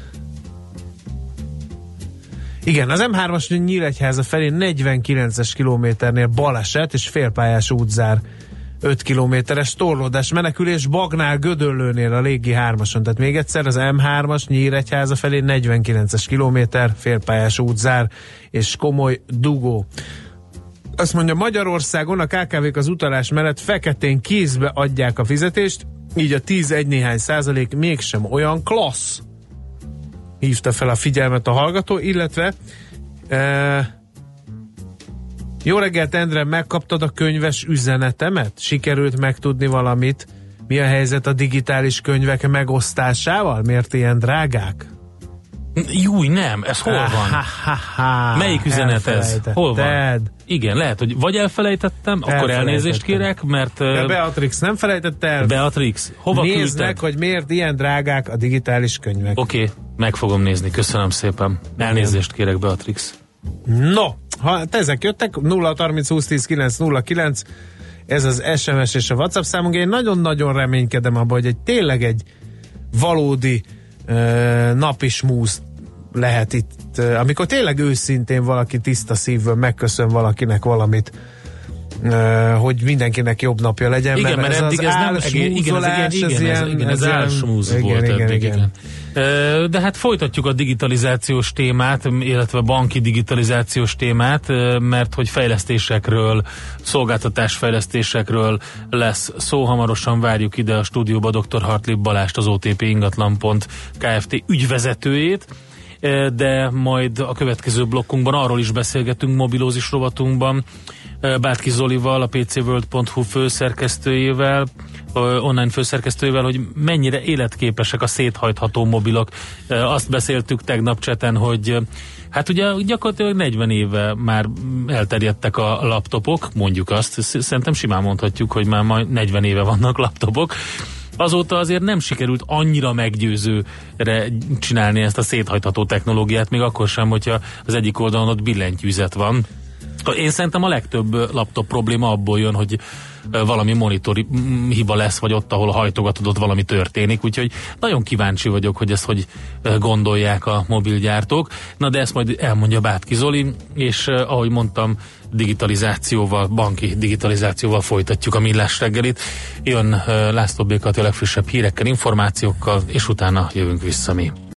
Igen, az M3-as Nyíregyháza felé 49-es kilométernél baleset és félpályás útzár, 5 kilométeres torlódás, menekülés Bagnál Gödöllőnél a Légi 3-ason. Tehát még egyszer az M3-as Nyíregyháza felé 49-es kilométer, félpályás útzár és komoly dugó. Azt mondja, Magyarországon a KKV-k az utalás mellett feketén kézbe adják a fizetést, így a 10 néhány százalék mégsem olyan klassz. Hívta fel a figyelmet a hallgató, illetve jó reggelt, Endre, megkaptad a könyves üzenetemet? Sikerült megtudni valamit? Mi a helyzet a digitális könyvek megosztásával? Miért ilyen drágák? Júj, nem, ez hol van? Melyik üzenet ez? Hol van? Igen, lehet, hogy vagy elfelejtettem, akkor elnézést kérek, mert... Beatrix nem felejtette el. Beatrix, hova küldted? Nézd meg, hogy miért ilyen drágák a digitális könyvek. Oké, meg fogom nézni, köszönöm szépen. Elnézést kérek, Beatrix. No, ha ezek jöttek, 0-30 20 10 909, ez az SMS és a WhatsApp számunk. Én nagyon-nagyon reménykedem abban, hogy tényleg egy valódi napi smúz lehet itt, amikor tényleg őszintén valaki tiszta szívből megköszön valakinek valamit, hogy mindenkinek jobb napja legyen. Igen, mert eddig ez nem ez álsmúz volt eddig. Igen. De hát folytatjuk a digitalizációs témát, illetve banki digitalizációs témát, mert hogy fejlesztésekről, szolgáltatásfejlesztésekről lesz szó. Hamarosan várjuk ide a stúdióba dr. Hartlieb Balást, az OTP Ingatlan.hu Kft. Ügyvezetőjét, de majd a következő blokkunkban arról is beszélgetünk, mobilózis rovatunkban, Bátki Zolival, a pcworld.hu főszerkesztőjével, online főszerkesztőjével, hogy mennyire életképesek a széthajtható mobilok. Azt beszéltük tegnap cseten, hogy hát ugye gyakorlatilag 40 éve már elterjedtek a laptopok, mondjuk azt, szerintem simán mondhatjuk, hogy már majd 40 éve vannak laptopok. Azóta azért nem sikerült annyira meggyőzőre csinálni ezt a széthajtható technológiát, még akkor sem, hogyha az egyik oldalon ott billentyűzet van. Én szerintem a legtöbb laptop probléma abból jön, hogy valami monitor hiba lesz, vagy ott, ahol hajtogatod, ott valami történik, úgyhogy nagyon kíváncsi vagyok, hogy ezt hogy gondolják a mobilgyártók. Na de ezt majd elmondja Bátki Zoli, és ahogy mondtam, digitalizációval, banki digitalizációval folytatjuk a Millás reggelit. Jön László B. Kati a legfrissebb hírekkel, információkkal, és utána jövünk vissza mi.